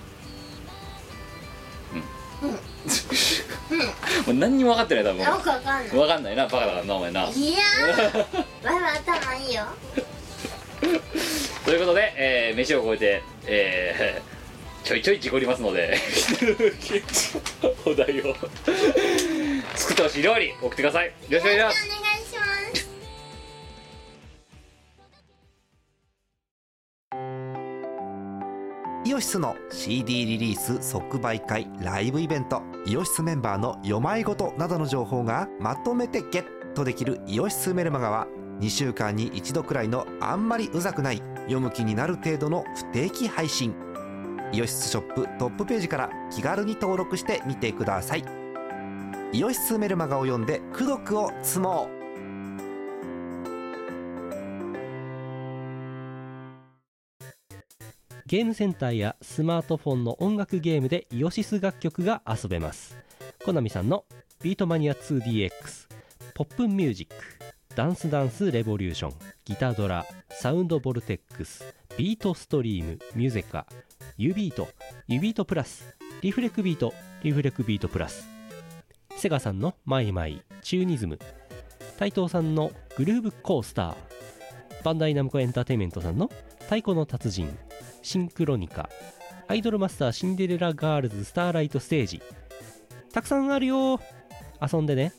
もう何にも分かってない多分。 よくわかんない。 分かんないな、バカだからなお前な。 いやーわいわい頭いいよということで、飯を超えて、ちょいちょい事故りますのでお題を作ってほしい料理送ってください。よろしくお願いします。 お願いします。 イオシスの CD リリース即売会ライブイベント、イオシスメンバーの読まいごとなどの情報がまとめてゲットできるイオシスメルマガは2週間に1度くらいのあんまりうざくない読む気になる程度の不定期配信。イオシスショップトップページから気軽に登録してみてください。イオシスメルマガを読んで功徳を積もう。 ゲームセンターやスマートフォンの音楽ゲームでイオシス楽曲が遊べます。コナミさんのビートマニア 2DX、ポップミュージック、 ダンスダンスレボリューション、ギタドラ、サウンドボルテックス、ビートストリーム、ミュゼカ、ユビート、ユビートプラス、リフレクビート、リフレクビートプラス、セガさんのマイマイ、チューニズム、タイトーさんのグルーブコースター、バンダイナムコエンターテインメントさんの太鼓の達人、シンクロニカ、アイドルマスターシンデレラガールズスターライトステージ、たくさんあるよ、遊んでね。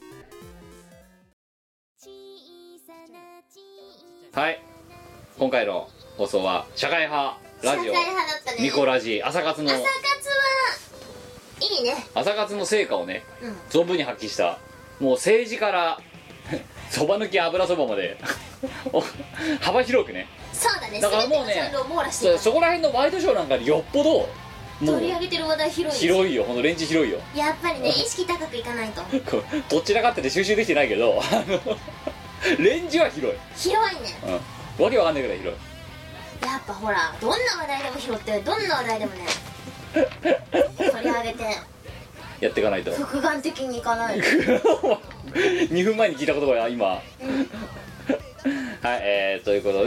はい、今回の放送は社会派ラジオ、 社会派だったね。 ミコラジ朝活の朝活はいいね。 朝活の成果をね、 うん、 存分に発揮した、もう政治からそば抜き油そばまで幅広くね。 そうだね。 だからもうね、 全てのジャンルを網羅している。 そこら辺のワイドショーなんかによっぽどもう取り上げてる話題広い。 広いよ、ほんとレンジ広いよ。 やっぱりね、意識高くいかないと。 どちらかってて収集できてないけどレンジは広い。 広いね。 うん、わけわかんないぐらい広い。 やっぱほら、どんな話題でも拾って、どんな話題でもね取り上げてやっていかないと。 複眼的にいかないと 2分前に聞いた言葉が今、はい、ということ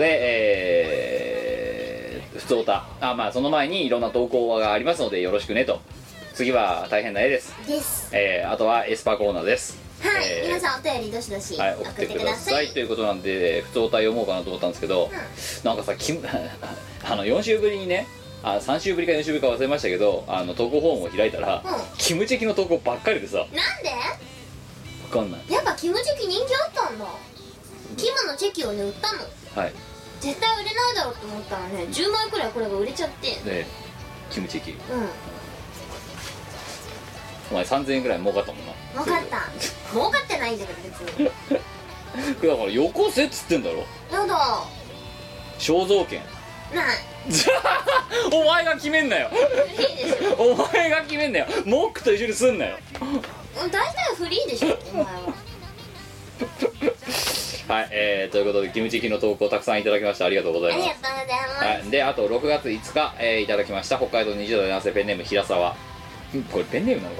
で、ふつおた、まあその前にいろんな投稿がありますのでよろしくねと。次は大変な絵です。あとはエスパーコーナーです。 はい、皆さんお便りどしどしはい、 送送っくだっててくだささい。 いということなんで、ふつおた読もうかなと思ったんですけど、なんかさ、4週ぶりにね、3週ぶりか4週ぶりか忘れましたけど、投稿フォームを開いたら、キムチェキの投稿ばっかりでさ。 なんで？ わかんない。 やっぱキムチェキ人気あったんだ。キムのチェキをね売ったの。 はい。 絶対売れないだろうと思ったらね、10枚くらいこれが売れちゃって。 でキムチェキ、 うん、 お前3000円ぐらい儲かったもんな。 分かった儲かってないんだけど別にだからよこせっつってんだろ。 やだ、 肖像権ないお前が決めんなよフリーでしょ。 お前が決めんなよ。モックと一緒にすんなよ大体フリーでしょお前ははい、ということでキムチキの投稿たくさんいただきました。ありがとうございます。 ありがとうございます。 はい、であと6月5日、いただきました北海道20代男性ペンネーム平沢。これペンネームなのか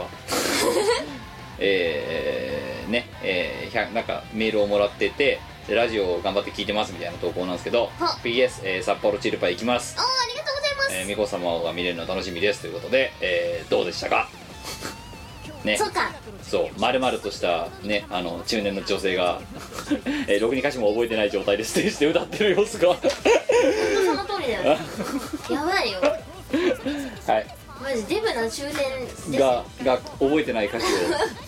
なんかメールをもらってて、ラジオを頑張って聞いてますみたいな投稿なんですけど、 PS、札幌チルパ行きます。 ありがとうございます。 美子様が見れるの楽しみですということで、どうでしたかね。 そうか、 そう丸々としたね、中年の女性がろくに歌詞も覚えてない状態でステージで歌ってる様子が本当その通りだよねやばいよはい、 マジデブな中年ですが覚えてない歌詞を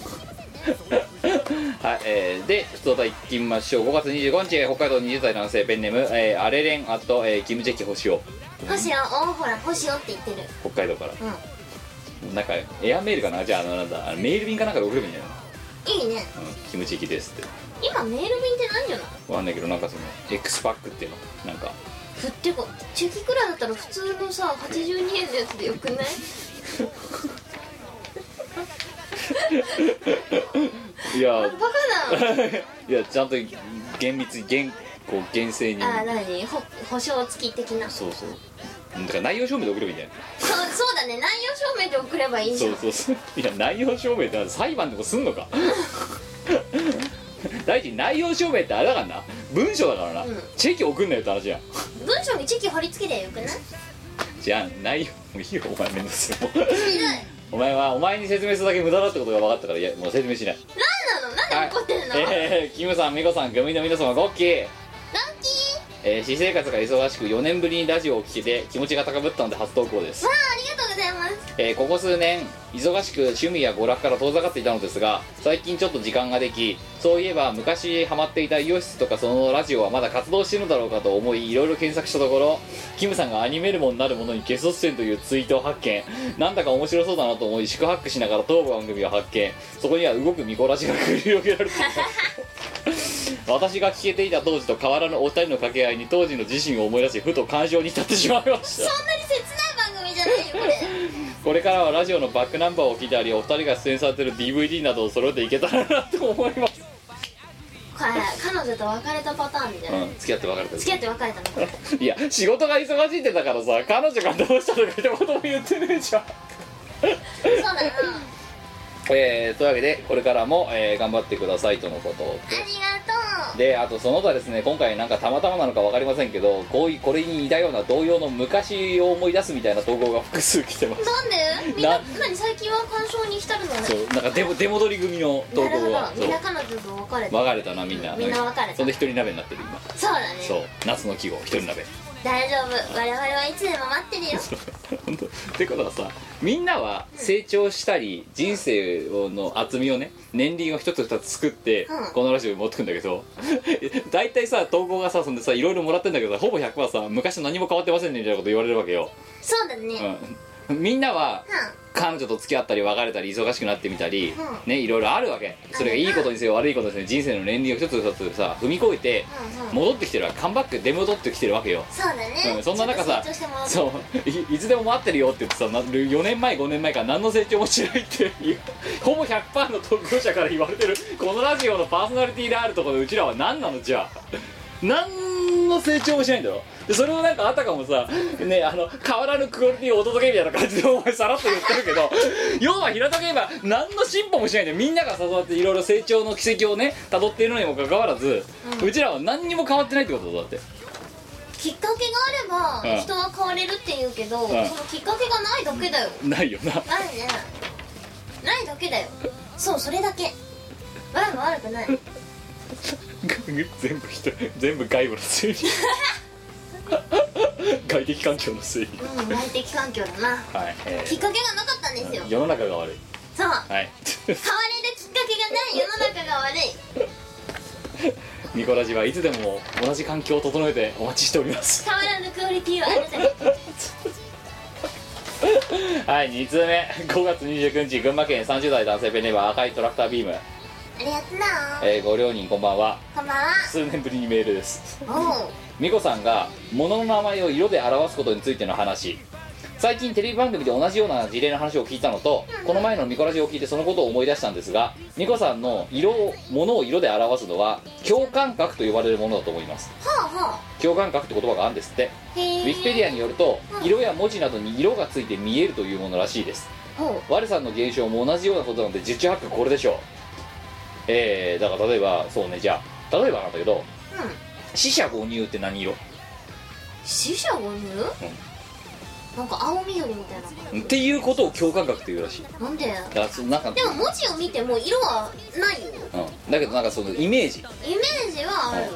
はい、で普通歌いきましょう。5月25日北海道20代男性ペンネーム、アレレンあと、キムチェキ星を星をほら星をって言ってる。 北海道から、 うん、 なんかエアメールかな、じゃあなんだメール便かなんかで送ればいいんじゃないの。 いいね、 キムチェキですって。 今メール便って何じゃない。 わかんないけど、なんかその X パックっていうのなんかってかチェキくらいだったら普通のさ82円のやつでよくないいやバカだいやちゃんと厳密に厳正に何保証付き的な。 そうだから内容証明で送ればいいんじゃない。 そうだね、内容証明で送ればいいじゃん。 そういや内容証明って裁判でもすんのか大臣内容証明ってあれだからな、文章だからな、チェキ送んなよって話やん。 文章にチェキ貼り付けりゃよくない。 じゃあ内容もういいよ、お前めんどくせえお前に説明するだけ無駄だってことが分かったから、いやもう説明しない。 何なの、なんで怒ってんの。 キムさん、ミコさん、組の皆様、ゴッキーラッキ私生活が忙しく4年ぶりにラジオを聴けて気持ちが高ぶったので初投稿です。 ー。ありがとうございます。 ここ数年忙しく趣味や娯楽から遠ざかっていたのですが、最近ちょっと時間ができ、そういえば昔ハマっていたイオシスとかそのラジオはまだ活動しているのだろうかと思い、いろいろ検索したところ、キムさんがアニメルモンなるものにゲスト出演というツイートを発見。なんだか面白そうだなと思い四苦八苦しながら当番組を発見。そこには動くミコラジが繰り広げられています私が聞けていた当時と変わらぬお二人の掛け合いに当時の自身を思い出し、ふと感情に至ってしまいました。 そんなに切ない番組じゃないよこれ。 これからはラジオのバックナンバーを聞いたり、お二人が出演されている DVD などを揃えていけたらなと思います。 これ彼女と別れたパターンみたいな、 付き合って別れた。 付き合って別れたのこれ。 いや仕事が忙しいってだからさ、彼女がどうしたとか一言も言ってねえじゃんそうだなというわけでこれからも、頑張ってくださいとのことで、 ありがとう。 であとその他ですね、今回なんかたまたまなのか分かりませんけど、これに似たような同様の昔を思い出すみたいな投稿が複数来てます。 なんでみんな何最近は干渉に浸るのね。 そうなんか出戻り組の投稿がみんな彼女と別れたな、みんな別れた。 そんで一人鍋になってる今。 そうだね。 そう夏の季語一人鍋。 大丈夫、我々はいつでも待ってるよ。 本当ってことはさ、みんなは成長したり人生の厚みをね、年輪を一つ二つ作って、このラジオに持ってくんだけど大体さ投稿がさ、そんでさいろいろもらってんだけどさ、ほぼ 100% さ昔と何も変わってませんねみたいなこと言われるわけよ。 そうだね。 みんなは、彼女と付き合ったり別れたり忙しくなってみたり、ね、いろいろあるわけ。それがいいことにせよ悪いことにせよ人生の年輪を一つ一つさ踏み越えて戻ってきてるわけ。カムバック出戻ってきてるわけよ。 そうだね、 そんな中さ、そういつでも待ってるよって言ってさ、4年前5年前から何の成長もしないってほぼ 100% の投稿者から言われてるこのラジオのパーソナリティであるところでうちらは何なの。じゃあ何の成長もしないんだろ。でそれをなんかあたかもさ、ね、変わらぬクオリティをお届けみたいな感じでお前さらっと言ってるけど要は平たく言えば何の進歩もしないんだよ。みんなが誘っていろいろ成長の軌跡をね辿っているのにもかかわらず、うちらは何にも変わってないってことだって。 きっかけがあれば人は変われるって言うけど、そのきっかけがないだけだよ。 ないよな。 ないね。ないだけだよ。そうそれだけ。悪も悪くない。 全部外部のせいに外的環境のせいに。 外的環境だな。 はい、 きっかけがなかったんですよ。 世の中が悪い。 そう、 はい、 変われるきっかけがない世の中が悪い。 ミコラジはいつでも同じ環境を整えてお待ちしております。 変わらぬクオリティはあるぜ。 はい、2通目5月29日群馬県30代男性ペンネーム赤いトラクタービーム。 ありがとうな。 ご両人こんばんは。 こんばんは。 数年ぶりにメールです。 おう。 ミコさんが物の名前を色で表すことについての話、最近テレビ番組で同じような事例の話を聞いたのと、この前のミコラジを聞いてそのことを思い出したんですが、ミコさんの物を色で表すのは共感覚と呼ばれるものだと思います。 はあはあ。共感覚って言葉があるんですって。ウィキペディアによると、色や文字などに色がついて見えるというものらしいです。我さんの現象も同じようなことなので十中八九これでしょう。だから例えばそうね、じゃあ例えばなんだけど、四捨五入って何色？ 四捨五入？なんか青緑みたいなっていうことを共感覚っていうらしい。 なんで？ だからなんかでも文字を見ても色はないよ。 だけどなんかそのイメージはある。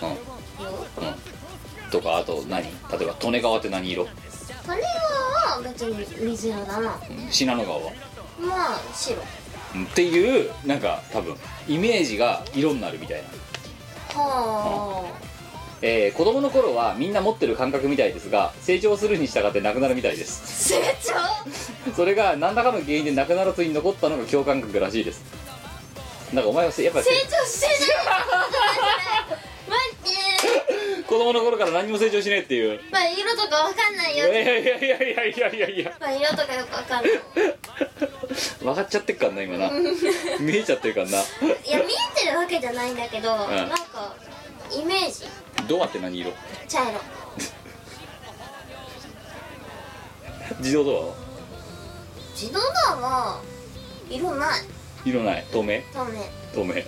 とか、あと何？例えば利根川って何色？利根川は別に水色だな。 信濃川は？ まあ白。 っていうなんか多分イメージが色になるみたいな。 はあ。 子供の頃はみんな持ってる感覚みたいですが、成長するに従ってなくなるみたいです。 成長？ それが何らかの原因でなくならずに残ったのが共感覚らしいです。なんかお前はやっぱり成長してない待って子供の頃から何も成長しねえっていう。 まあ色とかわかんないよ。 いやまあ色とかよくわかんない分かっちゃってっからな今な見えちゃってるからな。いや見えてるわけじゃないんだけど、なんかイメージ。 ドアって何色？ 茶色。 自動ドアは？ 自動ドアは色ない。 色ない。透明？透明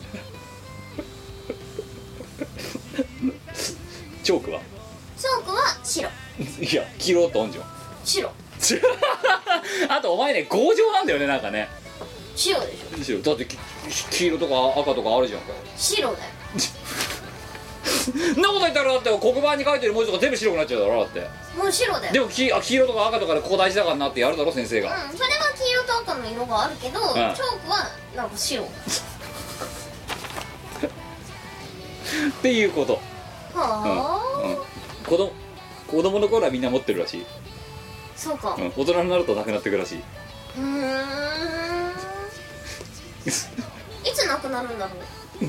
チョークは？ チョークは白。 いや黄色だとあんじゃん。 白あとお前ね強情なんだよね、なんかね。 白でしょ。 白だって黄色とか赤とかあるじゃんか。 白だよそんなこと言ったらだって黒板に書いてる文字とか全部白くなっちゃうだろ。だってもう白だよ。 でも黄色とか赤とかでここ大事だからなってやるだろ先生が。 それは黄色と赤の色があるけど、チョークはなんか白っていうこと。 はあ、子供の頃はみんな持ってるらしい。 そうか、 大人になるとなくなってくらしい。 いつなくなるんだろう。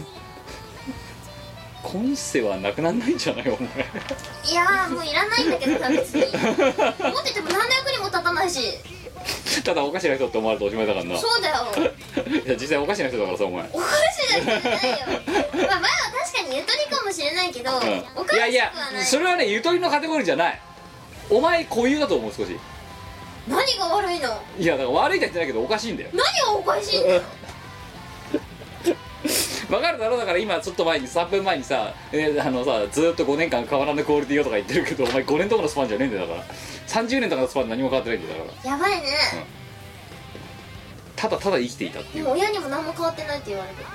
今世はなくならないんじゃないお前。 いやもういらないんだけどさ別に持ってても何の役にも立たないし。 ただおかしな人って思われておしまいだからな。 そうだよいや実際おかしな人だからさお前。 おかしな人じゃないよまあ前は確かにゆとりかもしれないけど、おかしくはない。 いやそれはねゆとりのカテゴリーじゃない。お前固有だと思う少し。 何が悪いの？ いやだから悪いって言ってないけどおかしいんだよ。 何がおかしいんだよ分かるだろ。だから今ちょっと前に3分前にさ、ずーっと5年間変わらぬクオリティよとか言ってるけど、お前5年とかのスパンじゃねえんだよ。だから30年とかのスパンで何も変わってないんだよ。だからやばいね、 ただただ生きていたっていう。 でも親にも何も変わってないって言われて、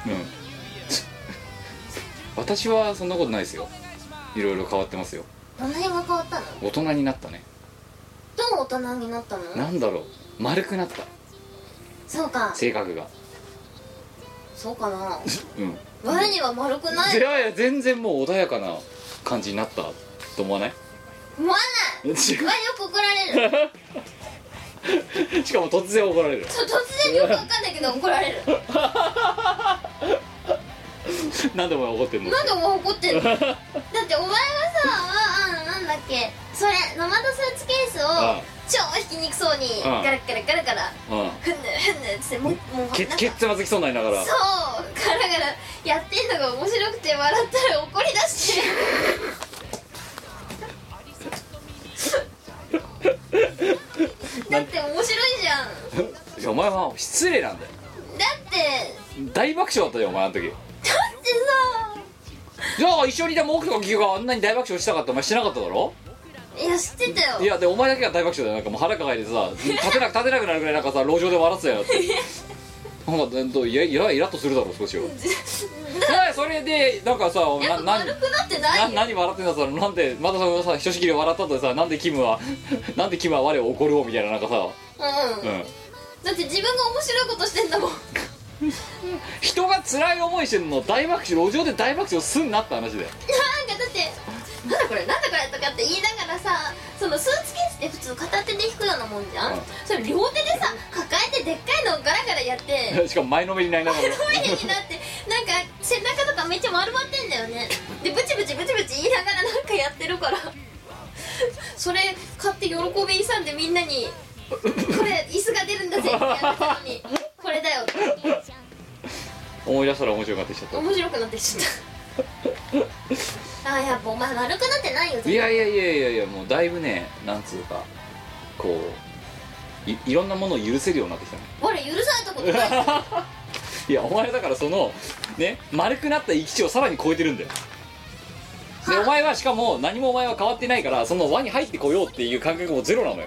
私はそんなことないですよ。いろいろ変わってますよ。 どの辺が変わったの？ 大人になったね。 どう大人になったの？ なんだろう、丸くなった。 そうか、 性格が。 そうかな。 うん前には丸くない。 いやいや、全然もう穏やかな感じになったと思わない？ 思わない。 違うはよく怒られる。 しかも突然怒られる。 突然よくわかんないけど怒られる。 なんでお前怒ってんの？ なんでお前怒ってんの？だってお前はさ、なんだっけ、それノマドスーツケースを超ひき肉そうにガラッガラガラガラふんぬふんぬってもうケツまずきそうになりながら、 そうガラガラやってんのが面白くて笑ったら怒り出してだって面白いじゃん。 お前は失礼なんだよ。 だって大爆笑だったよお前あの時。 だってじゃあ一緒にいたも奥とか企業があんなに大爆笑したかったお前してなかっただろ？ さ、いや知ってたよ。 いやでお前だけが大爆笑だよ。なんかもう腹抱えてさ立てなくなるぐらいなんかさ路上で笑ってたよってなんかイラッとするだろ少しは。それでなんかさやっぱ丸くなってないよ。 何笑ってんださ、なんでまたそのさひとしきり笑ったとでさ、なんでキムは我を怒るをみたいななんかさ、 だって自分が面白いことしてんだもん。 人が辛い思いしてるのを大爆笑、路上で大爆笑すんなって話で。 なんかだってなんだこれなんだこれとかって言いながらさ、そのスーツケースって普通片手で引くようなもんじゃん、それ両手でさ抱えてでっかいのをガラガラやってしかも前のめりになりながら前のめりになってなんか背中とかめっちゃ丸まってんだよね。でブチブチブチブチ言いながらなんかやってるからそれ買って喜び勇んでみんなにこれ椅子が出るんだぜってやってたのにこれだよって思い出したら面白くなってきちゃった。 面白くなってきちゃったやっぱお前丸くなってないよ。 いやもうだいぶね、なんつうかこう いろんなものを許せるようになってきたね。 俺許されたことないいやお前だからそのね丸くなった生き地をさらに超えてるんだよ。でお前はしかも何もお前は変わってないから、その輪に入ってこようっていう感覚もゼロなのよ。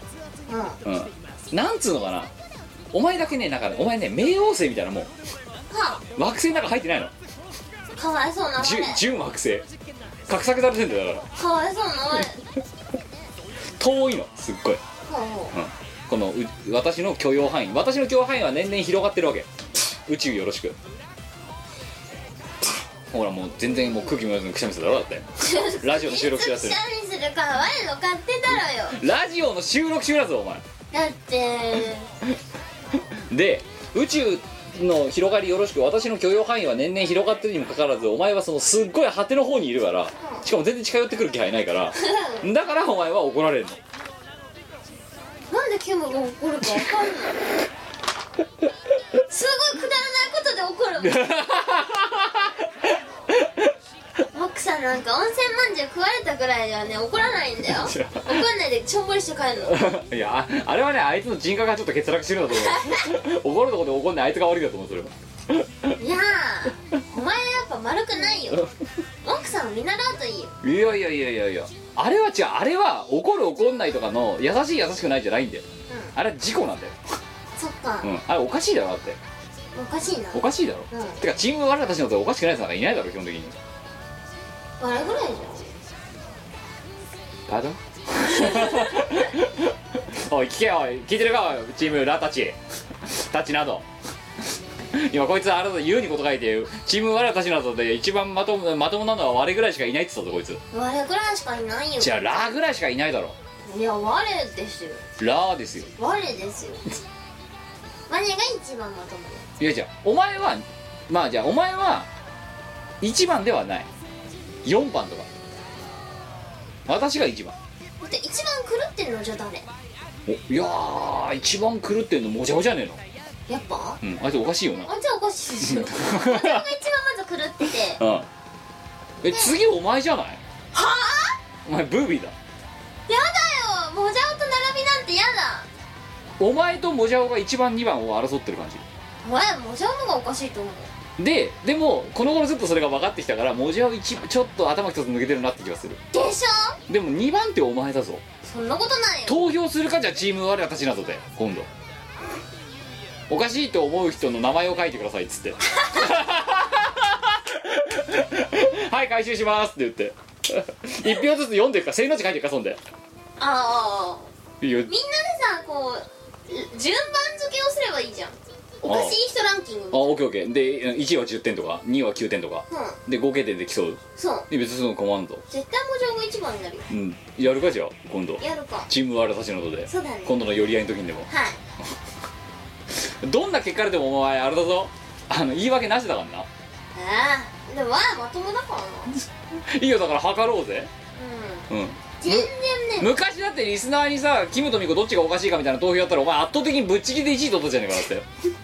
なんつうのかな、お前だけね、なんかね、お前ね冥王星みたいなもん、惑星の中入ってないの。 かわいそうな俺。 純惑星格下げされてんだよ。だからかわいそうな遠いのすっごい、この私の許容範囲は年々広がってるわけ。宇宙よろしく。ほらもう全然もう空気も読まずにくしゃみするだろ。だってラジオの収録中だってくしゃみするから我の勝手だろよ。 ラジオの収録中だぞお前。 だってで宇宙の広がりよろしく、私の許容範囲は年々広がってるにもかかわらず、お前はそのすっごい果ての方にいるから、しかも全然近寄ってくる気配ないからだからお前は怒られるの。 なんでキムが怒るか分かんないすごいくだらないことで怒る奥さんなんか温泉まんじゅう食われたぐらいではね怒らないんだよ。怒んないでしょんぼりして帰るの。 いや あれはね、あいつの人格がちょっと欠落してるんだと思う怒るとこで怒んないあいつが悪いんだと思う。それはいやお前やっぱ丸くないよ。奥さんを見習うといいよ。 いやあれは違う、あれは怒る怒んないとかの優しい優しくないじゃないんだよ、あれは事故なんだよ。 そっか、 あれおかしいだろ。だっておかしいな。 おかしいだろ、てかチーム我らたちのことおかしくないやつなんかいないだろ基本的に。 あれぐらいじパドおい聞けよ、おい聞いてるかチームラタチタッチなど今こいつあれだと言うにこと書いてチーム我らたちなどで一番まともなのは我ぐらいしかいないって言ったぞこいつ。 我ぐらいしかいないよ。 じゃあラぐらいしかいないだろ。 いや我ですよ。 ラですよ。 我ですよ我が一番まともいやじゃあお前はまあじゃあお前は1番ではない4番とか、私が1番。 だって一番狂ってんのじゃ誰？ いやー一番狂ってんのもじゃおじゃねえの。 やっぱ？ あいつおかしいよな。 あいつはおかしいでしょ。私が一番まず狂ってて次お前じゃない？ はぁ？ お前ブービーだ。 やだよ、もじゃおと並びなんてやだ。 お前ともじゃおが1番2番を争ってる感じ。 お前もじゃおのがおかしいと思う。 でもこの頃ずっとそれが分かってきたから、文字はちょっと頭一つ抜けてるなって気がする。 でしょ。 でも2番手お前だぞ。 そんなことないよ。 投票するか、じゃあチーム我らたちなどで今度おかしいと思う人の名前を書いてくださいっつってはい回収しますって言って1票ずつ読んでいくか、正の字書いていくか、そんでああいいよ。 みんなでさこう順番付けをすればいいじゃん。おかしい人ランキングみたいな。 オッケーオッケー。で1は10点とか2は9点とか、で合計点で競う。 そうで別にその困んぞ。 絶対もじゃが一番になるよ。 やるか、じゃあ今度やるか。 チーム我らたちなどで。 そうだね。 今度の寄り合いの時にでもはいどんな結果でもお前あれだぞ、言い訳なしだからな。 でもまともだからな。 いいよ、だから測ろうぜ。 全然ね。 昔だってリスナーにさ、キムとミコどっちがおかしいかみたいな投票やったら、お前圧倒的にぶっちぎりで1位取ったじゃねえか。だって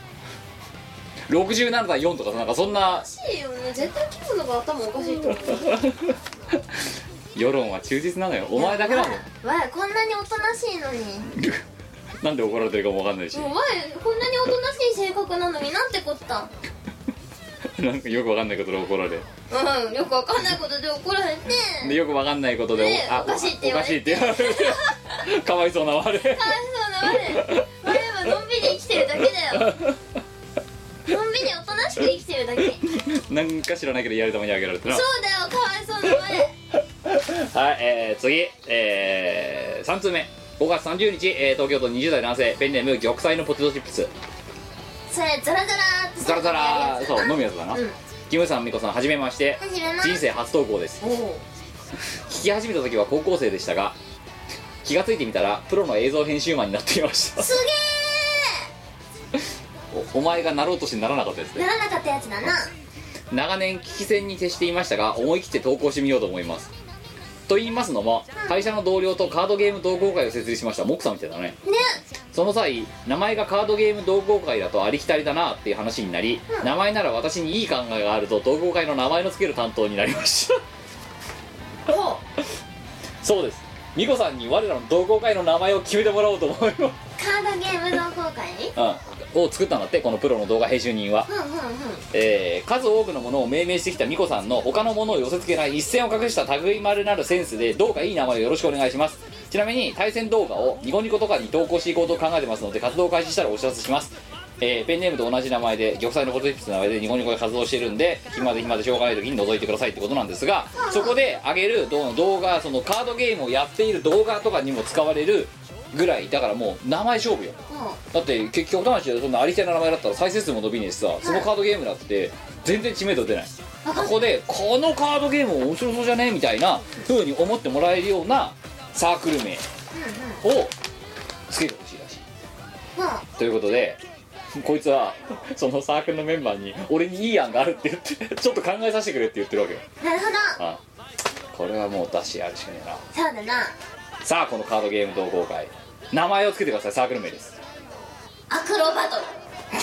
67対4とかさ、なんかそんな。 おかしいよね。絶対キムのが頭おかしいと思う世論は忠実なのよ。お前だけなの。 わいこんなにおとなしいのになんで怒られてるかもわかんないし。 わいこんなにおとなしい性格なのになんてこったなんかよくわかんないことで怒られ、 よくわかんないことで怒られて、 でよくわかんないことで、 ね、おかしいって言われてかわいそうな我。 かわいそうな我はのんびり生きてるだけだよのんびりおとなしく生きてるだけなんか知らないけどやるためにあげられてな。 そうだよ、かわいそうな我はい、次、3通目5月30日、東京都20代男性、ペンネーム玉砕のポテトチップス。 それザラザラってザラザラそう飲むやつだな。キムさん、ミコさん、はじめまして。人生初投稿です。聞き始めた時は高校生でしたが、気がついてみたらプロの映像編集マンになっていました。 すげお前がなろうとしてならなかったやつーならなかったやつだな。 長年聞き戦に徹していましたが、思い切って投稿してみようと思います。と言いますのも、会社の同僚とカードゲーム同好会を設立しました。モクさんみたいだね。その際、名前がカードゲーム同好会だとありきたりだなっていう話になり、名前なら私にいい考えがあると同好会の名前の付ける担当になりましたそうです。ミコさんに我らの同好会の名前を決めてもらおうと思います。 カードゲーム同好会を作ったんだって、このプロの動画編集人は。数多くのものを命名してきたミコさんの他のものを寄せ付けない一線を隠した類まれなるセンスで、どうかいい名前をよろしくお願いします。ちなみに対戦動画をニコニコとかに投稿していこうと考えてますので、活動開始したらお知らせします。ペンネームと同じ名前で、玉砕のポテトチップスの名前でニコニコで活動してるんで、暇でしょうがない時に覗いてくださいってことなんですが、そこで上げる動画、そのカードゲームをやっている動画とかにも使われるぐらいだから、もう名前勝負よ。だって結局話でそんなありきたりな名前だったら再生数も伸びねえしさ、そのカードゲームだって全然知名度出ない。ここでこのカードゲーム面白そうじゃねえみたいな風に思ってもらえるようなサークル名をつけてほしいらしい。ということで、こいつはそのサークルのメンバーに俺にいい案があるって言ってちょっと考えさせてくれって言ってるわけよ。 なるほど。 これはもう出しあるしかねえな。 そうだな。 さあ、このカードゲーム同好会、名前をつけてください。サークル名です。 アクロバトル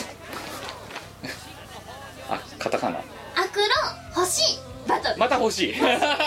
カタカナ。 アクロ星バトル。 また欲しい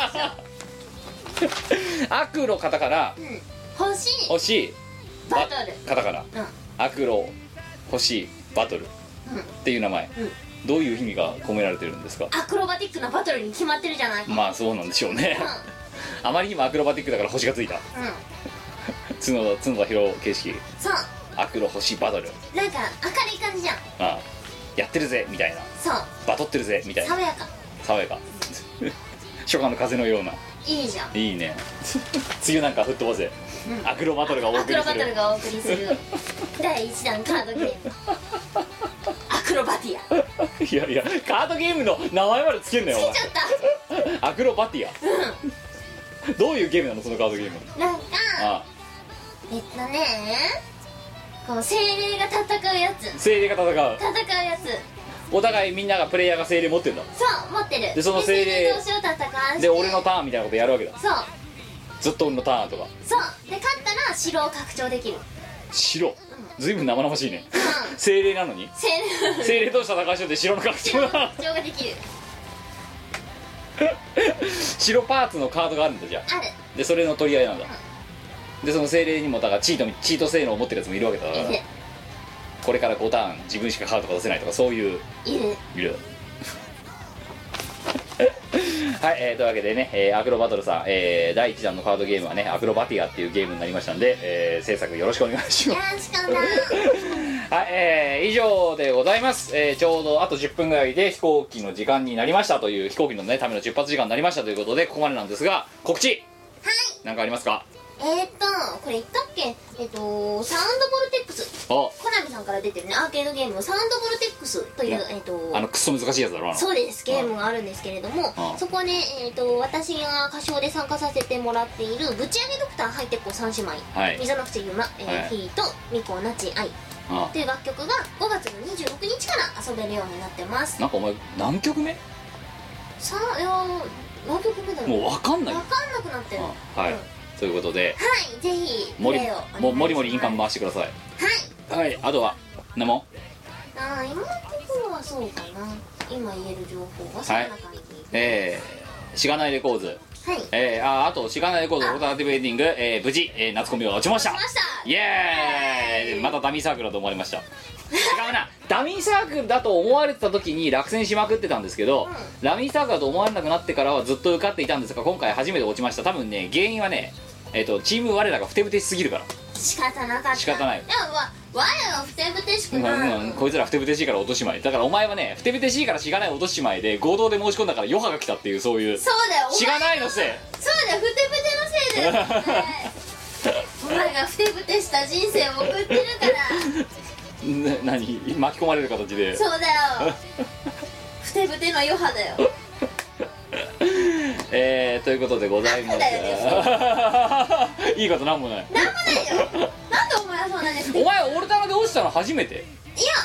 アクロカタカナ、星バトルカタカナ、アクロ星バトルっていう名前、どういう意味が込められてるんですか？ アクロバティックなバトルに決まってるじゃないか。 まあそうなんでしょうね、あまりにもアクロバティックだから星がついた。角田博形式。 そう、 アクロ星バトル、 なんか明るい感じじゃん。 やってるぜみたいな。 そう、 バトってるぜみたいな。爽やか初夏の風のような。 いいじゃん。 いいね梅雨なんか吹っ飛ばせ、アクロバトルがお送りする。 アクロバトルがお送りする第1弾カードゲームアクロバティア。 いやカードゲームの名前までつけんなよ。 つけちゃったアクロバティア。どういうゲームなのそのカードゲーム。 なんかこう精霊が戦うやつ。 精霊が戦うやつ。 お互いみんながプレイヤーが精霊持ってるんだ。 そう持ってる。 でその精霊同士を戦わして、 で俺のターンみたいなことやるわけだ。 そう、 ずっと俺のターンとか。 そうで、勝ったら城を拡張できる。 城、ずいぶん生々しいね。精霊なのに精霊同士戦いしとって城の拡張だ。 ができる城パーツのカードがあるんだ。じゃあある。 でそれの取り合いなんだ。でその精霊にもだからチート性能を持ってるやつもいるわけだから、これから5ターン自分しかカードが出せないとか、そういういるはい、というわけでね、アクロバトルさん、第1弾のカードゲームはねアクロバティアっていうゲームになりましたんで、制作よろしくお願いします。 よろしくな。 はい、以上でございます、ちょうどあと10分ぐらいで飛行機の時間になりましたという、飛行機の、ね、ための出発時間になりましたということで、ここまでなんですが、告知はい何かありますか？ これ言ったっけ、サウンドボルテックス、コナミさんから出てるねアーケードゲームサウンドボルテックスというクソ難しいやつだろ。 そうですゲームがあるんですけれども、そこで、私が歌唱で参加させてもらっているぶち上げドクターハイテック3姉妹、はい、溝の口ゆま、フィーとミコナチアイという楽曲が5月の26日から遊べるようになってます。 なんかお前何曲目？ さあ、いや何曲目だろう。 もう分かんない。 分かんなくなってる。 はい。ということで、 はい、ぜひもりもり印鑑回してください。はい。はい。あとは何も？ 今のところはそうかな。今言える情報はそんな感じ。 しがないレコーズ。はい。あとしがないレコーズオルタナティブエンディング、無事、夏コミが落ちました。イエーイ。またダミーサークルだと思われました。違うな、ダミーサークルだと思われてた時に落選しまくってたんですけど、ダミーサークルだと思われなくなってからはずっと受かっていたんですが、今回初めて落ちました。多分ね、原因はね、チーム我らがふてぶてしすぎるから。 仕方なかった。 仕方ない。 でも我らがふてぶてしくない、 こいつらふてぶてしいから落としまいだから、お前はねふてぶてしいからしがない落としまいで合同で申し込んだから余波が来たっていう、そういう。 そうだよ、 しがないのせい。 そうだよ、ふてぶてのせいだよ、ねお前がふてぶてした人生を送ってるから何巻き込まれる形で。 そうだよふてぶての余波だよということでございますいいことなんもない。 なんもないよ。なんでお前はそんなにお前オルタナで落ちたの初めて？ いや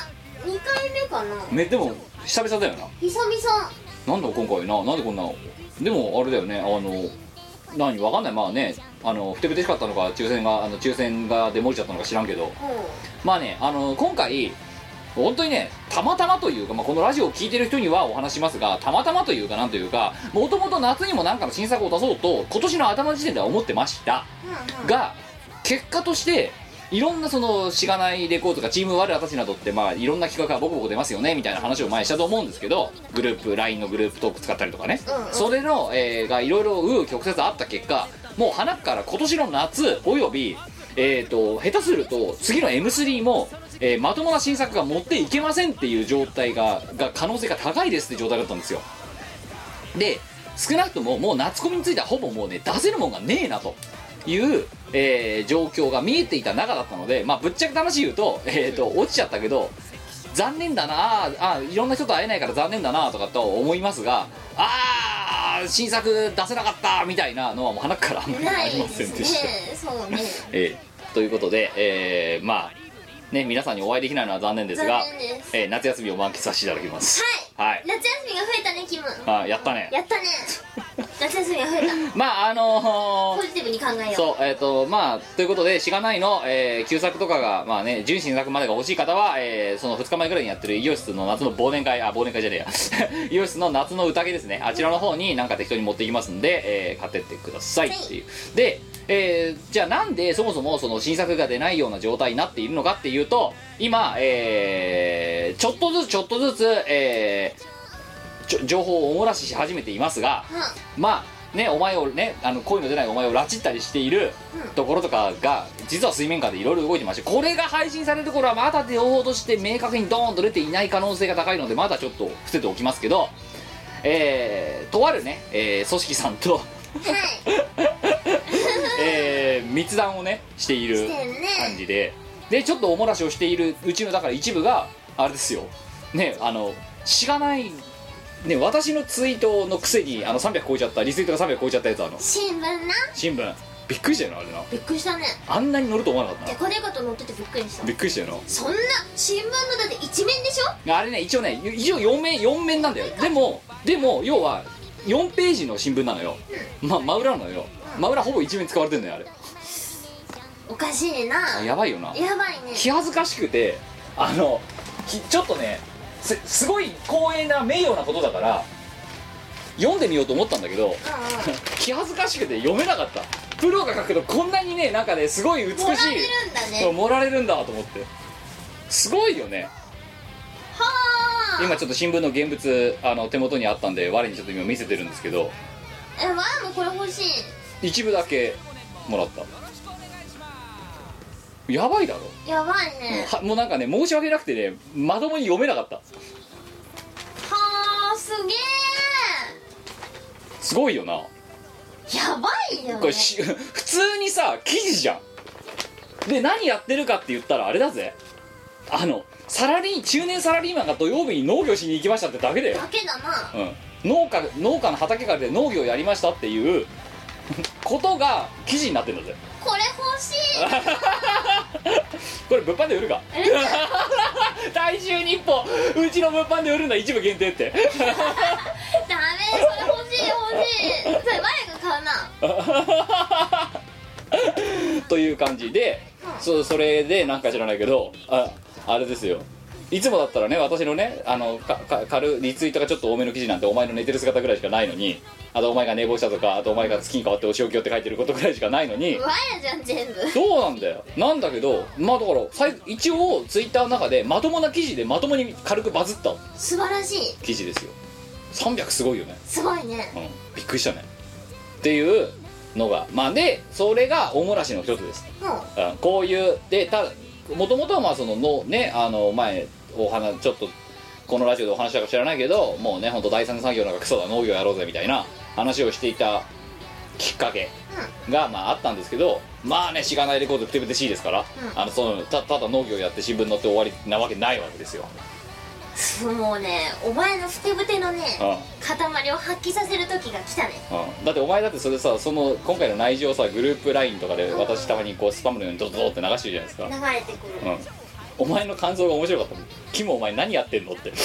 2回目かな。 でも久々だよな。 久々 なんだ今回なんでこんな。でもあれだよね、何わかんない。まあね、ふてぶてしかったのか抽選が出漏れちゃったのか知らんけど、まあね、今回本当にね、たまたまというか、このラジオを聞いてる人にはお話しますが、たまたまというかなんというか、もともと夏にも何かの新作を出そうと今年の頭時点では思ってました、が結果としていろんなそのしがないレコードとかチーム我らたちなどっていろんな企画がボコボコ出ますよねみたいな話を前にしたと思うんですけど、グループ LINE のグループトーク使ったりとかね、それの、がいろいろ紆余曲折あった結果、もう花から今年の夏および下手すると次の M3 も、まともな新作が持っていけませんっていう状態が可能性が高いですって状態だったんですよ。で少なくとももう夏コミについてはほぼもうね出せるもんがねえなという、状況が見えていた中だったので、ぶっちゃけ話言うと、落ちちゃったけど残念だないろんな人と会えないから残念だなとかと思いますが、新作出せなかったみたいなのはもう鼻からあんまりありませんでした。 そうね、 ということで、ね、皆さんにお会いできないのは残念ですが、夏休みを満喫させていただきます。はい、 夏休みが増えたね、キム。 やったね夏休みが増えたポジティブに考えよう。 そう、ということでしがないの、旧作とかが純新作までが欲しい方は、その2日前ぐらいにやってるイオシスの夏の忘年会じゃねえやイオシスの夏の宴ですね、あちらの方になんか適当に持っていきますんで、買ってってくださいっていう、でじゃあなんでそもそもその新作が出ないような状態になっているのかっていうと、今、ちょっとずつ、情報をお漏らしし始めていますが、お前をね、声の出ないお前を拉致ったりしているところとかが実は水面下でいろいろ動いてまして、これが配信されるところはまだ情報として明確にドーンと出ていない可能性が高いので、まだちょっと伏せておきますけど、とあるね、組織さんと密談をねしている感じで、ちょっとお漏らしをしているうちのだから一部があれですよね、しがないね、私のツイートのくせに300超えちゃった、リツイートが300超えちゃったやつ、新聞びっくりしたよな、あれな。 びっくりしたね。 あんなに載ると思わなかったな。 デコデコと載っててびっくりした。 びっくりしたよな。 そんな新聞のだって一面でしょ。 あれね、一応4面なんだよ。でも要は4ページの新聞なのよ、真裏なのよ、真裏ほぼ一面使われてんのよ、あれ。 おかしいな。 やばいよな。 やばいね。 気恥ずかしくてちょっとね、すごい光栄な名誉なことだから読んでみようと思ったんだけど、気恥ずかしくて読めなかった。プロが書くとこんなにね、なんかね、すごい美しい、盛られるんだと思って、すごいよね。今ちょっと新聞の現物手元にあったんで我にちょっと今見せてるんですけど、 前もこれ欲しい。 一部だけもらった。やばいだろ。 やばいね。 もうなんかね、申し訳なくてね、まともに読めなかった。 はあ、すげえ。 すごいよな。 やばいよね。 これ普通にさ記事じゃん。で何やってるかって言ったらあれだぜ、中年サラリーマンが土曜日に農業しに行きましたってだけだよ。 だけだな。 うん、農家の畑からで農業やりましたっていうことが記事になってるんだぜ。 これ欲しい。 これ物販で売るか。大衆日報、うちの物販で売るんだ、一部限定って。 ダメ、それ欲しい。それ前が買うな。 という感じで、それでなんか知らないけど、あれですよ、いつもだったらね、私のね、リツイートがちょっと多めの記事なんてお前の寝てる姿ぐらいしかないのに、あとお前が寝坊したとか、あとお前が月に変わってお仕置きをって書いてることぐらいしかないのに、 前じゃん全部。 そうなんだよ。なんだけど、まあだから一応ツイッターの中でまともな記事でまともに軽くバズった素晴らしい記事ですよ。300すごいよね。 すごいね。 びっくりしたねっていうのが、まあでそれがおもらしの一つです。こういうで、もともとはまあそのね、前ちょっとこのラジオでお話したか知らないけど、もうね、ほんと第三産業なんかクソだ、農業やろうぜみたいな話をしていたきっかけが、まああったんですけど、まあね、しがないレコードふてぶてしいですから、ただ農業やって新聞載って終わりなわけないわけですよ。 もうね、お前のふてぶてのね、塊を発揮させる時が来たね。 だってお前だってそれさ、今回の内情さ、グループ LINE とかで私たまにこうスパムのようにドドドって流してるじゃないですか。 流れてくる。 お前の感想が面白かったもん。キムお前何やってんのって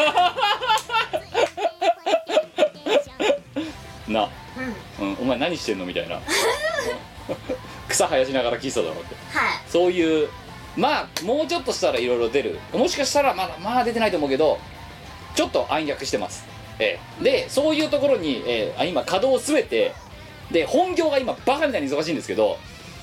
な、お前何してんのみたいな。草生やしながらキスだろって、そういう、まあもうちょっとしたらいろいろ出る、もしかしたらまだ出てないと思うけど、ちょっと暗躍してます。でそういうところに、今稼働を据えて、で本業が今バカみたいに忙しいんですけど、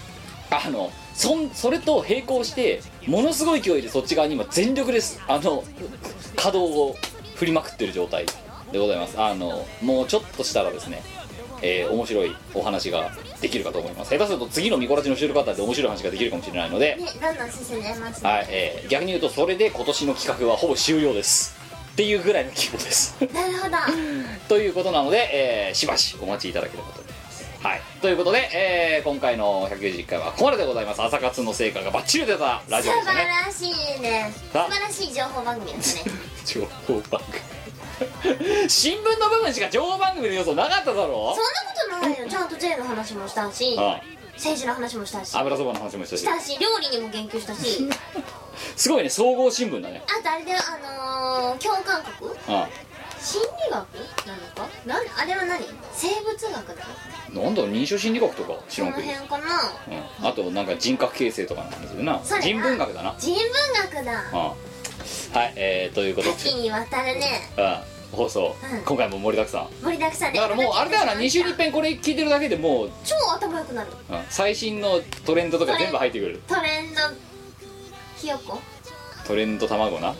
それと並行してものすごい勢いでそっち側に今全力です稼働を振りまくってる状態でございます。もうちょっとしたらですね、面白いお話ができるかと思います。下手すると次のミコラジの収録あたりで面白い話ができるかもしれないので、 どんどん進んでますね。 はい、逆に言うとそれで今年の企画はほぼ終了ですっていうぐらいの規模です。 なるほど。 ということなので、しばしお待ちいただければと思います。はい、ということで、今回の191回はここまででございます。朝活の成果がバッチリ出たラジオでしたね。 素晴らしいね。素晴らしい情報番組ですね。 情報番組新聞の部分しか情報番組の要素なかっただろ。 そんなことないよ。ちゃんと J の話もしたし、政治の話もしたし、 油そばの話もしたし、 料理にも言及したしすごいね、総合新聞だね。 あとあれで共感国、心理学なのか、あれは何、生物学だ。 なんだろう、認証心理学とか知らんけど、 その辺かな。 あとなんか人格形成とかなんですよな。人文学だな。 人文学だ。 はい、ということで多岐にわたるね、 放送、今回も盛りだくさん。 盛りだくさんで、 だからもうあれだよな、2週に一遍これ聞いてるだけでもう超頭良くなる。 最新のトレンドとか全部入ってくる。 トレンドひよこ、 トレンド卵な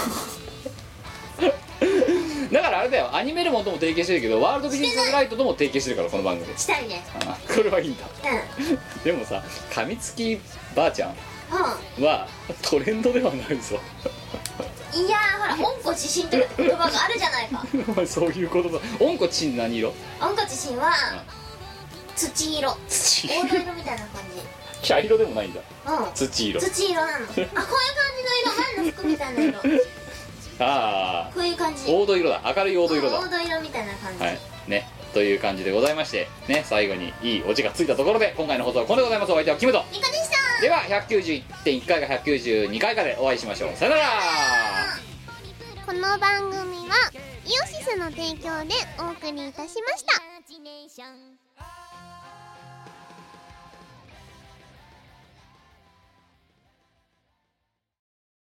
だからあれだよ、アニメルモンとも提携してるけど、ワールドビジネスサライトとも提携してるから、この番組したいね。 これはいいんだ。でもさ、噛みつきばあちゃんはトレンドではないぞ。 いやー、ほら、温故知新という言葉があるじゃないか。 お前そういう言葉。温故知新何色？ 温故知新は土色、黄土色みたいな感じ。 茶色でもないんだ。土色。 土色なの。こういう感じの色、前の服みたいな色。こういう感じ。 黄土色だ。明るい黄土色だ。 黄土色みたいな感じ。 はい。ね。という感じでございまして、ね、最後にいいオチがついたところで、今回の放送はこれでございます。お相手はキムとミカでした。 では 191.1 回か192回かでお会いしましょう。さよなら。 この番組はイオシスの提供でお送りいたしました。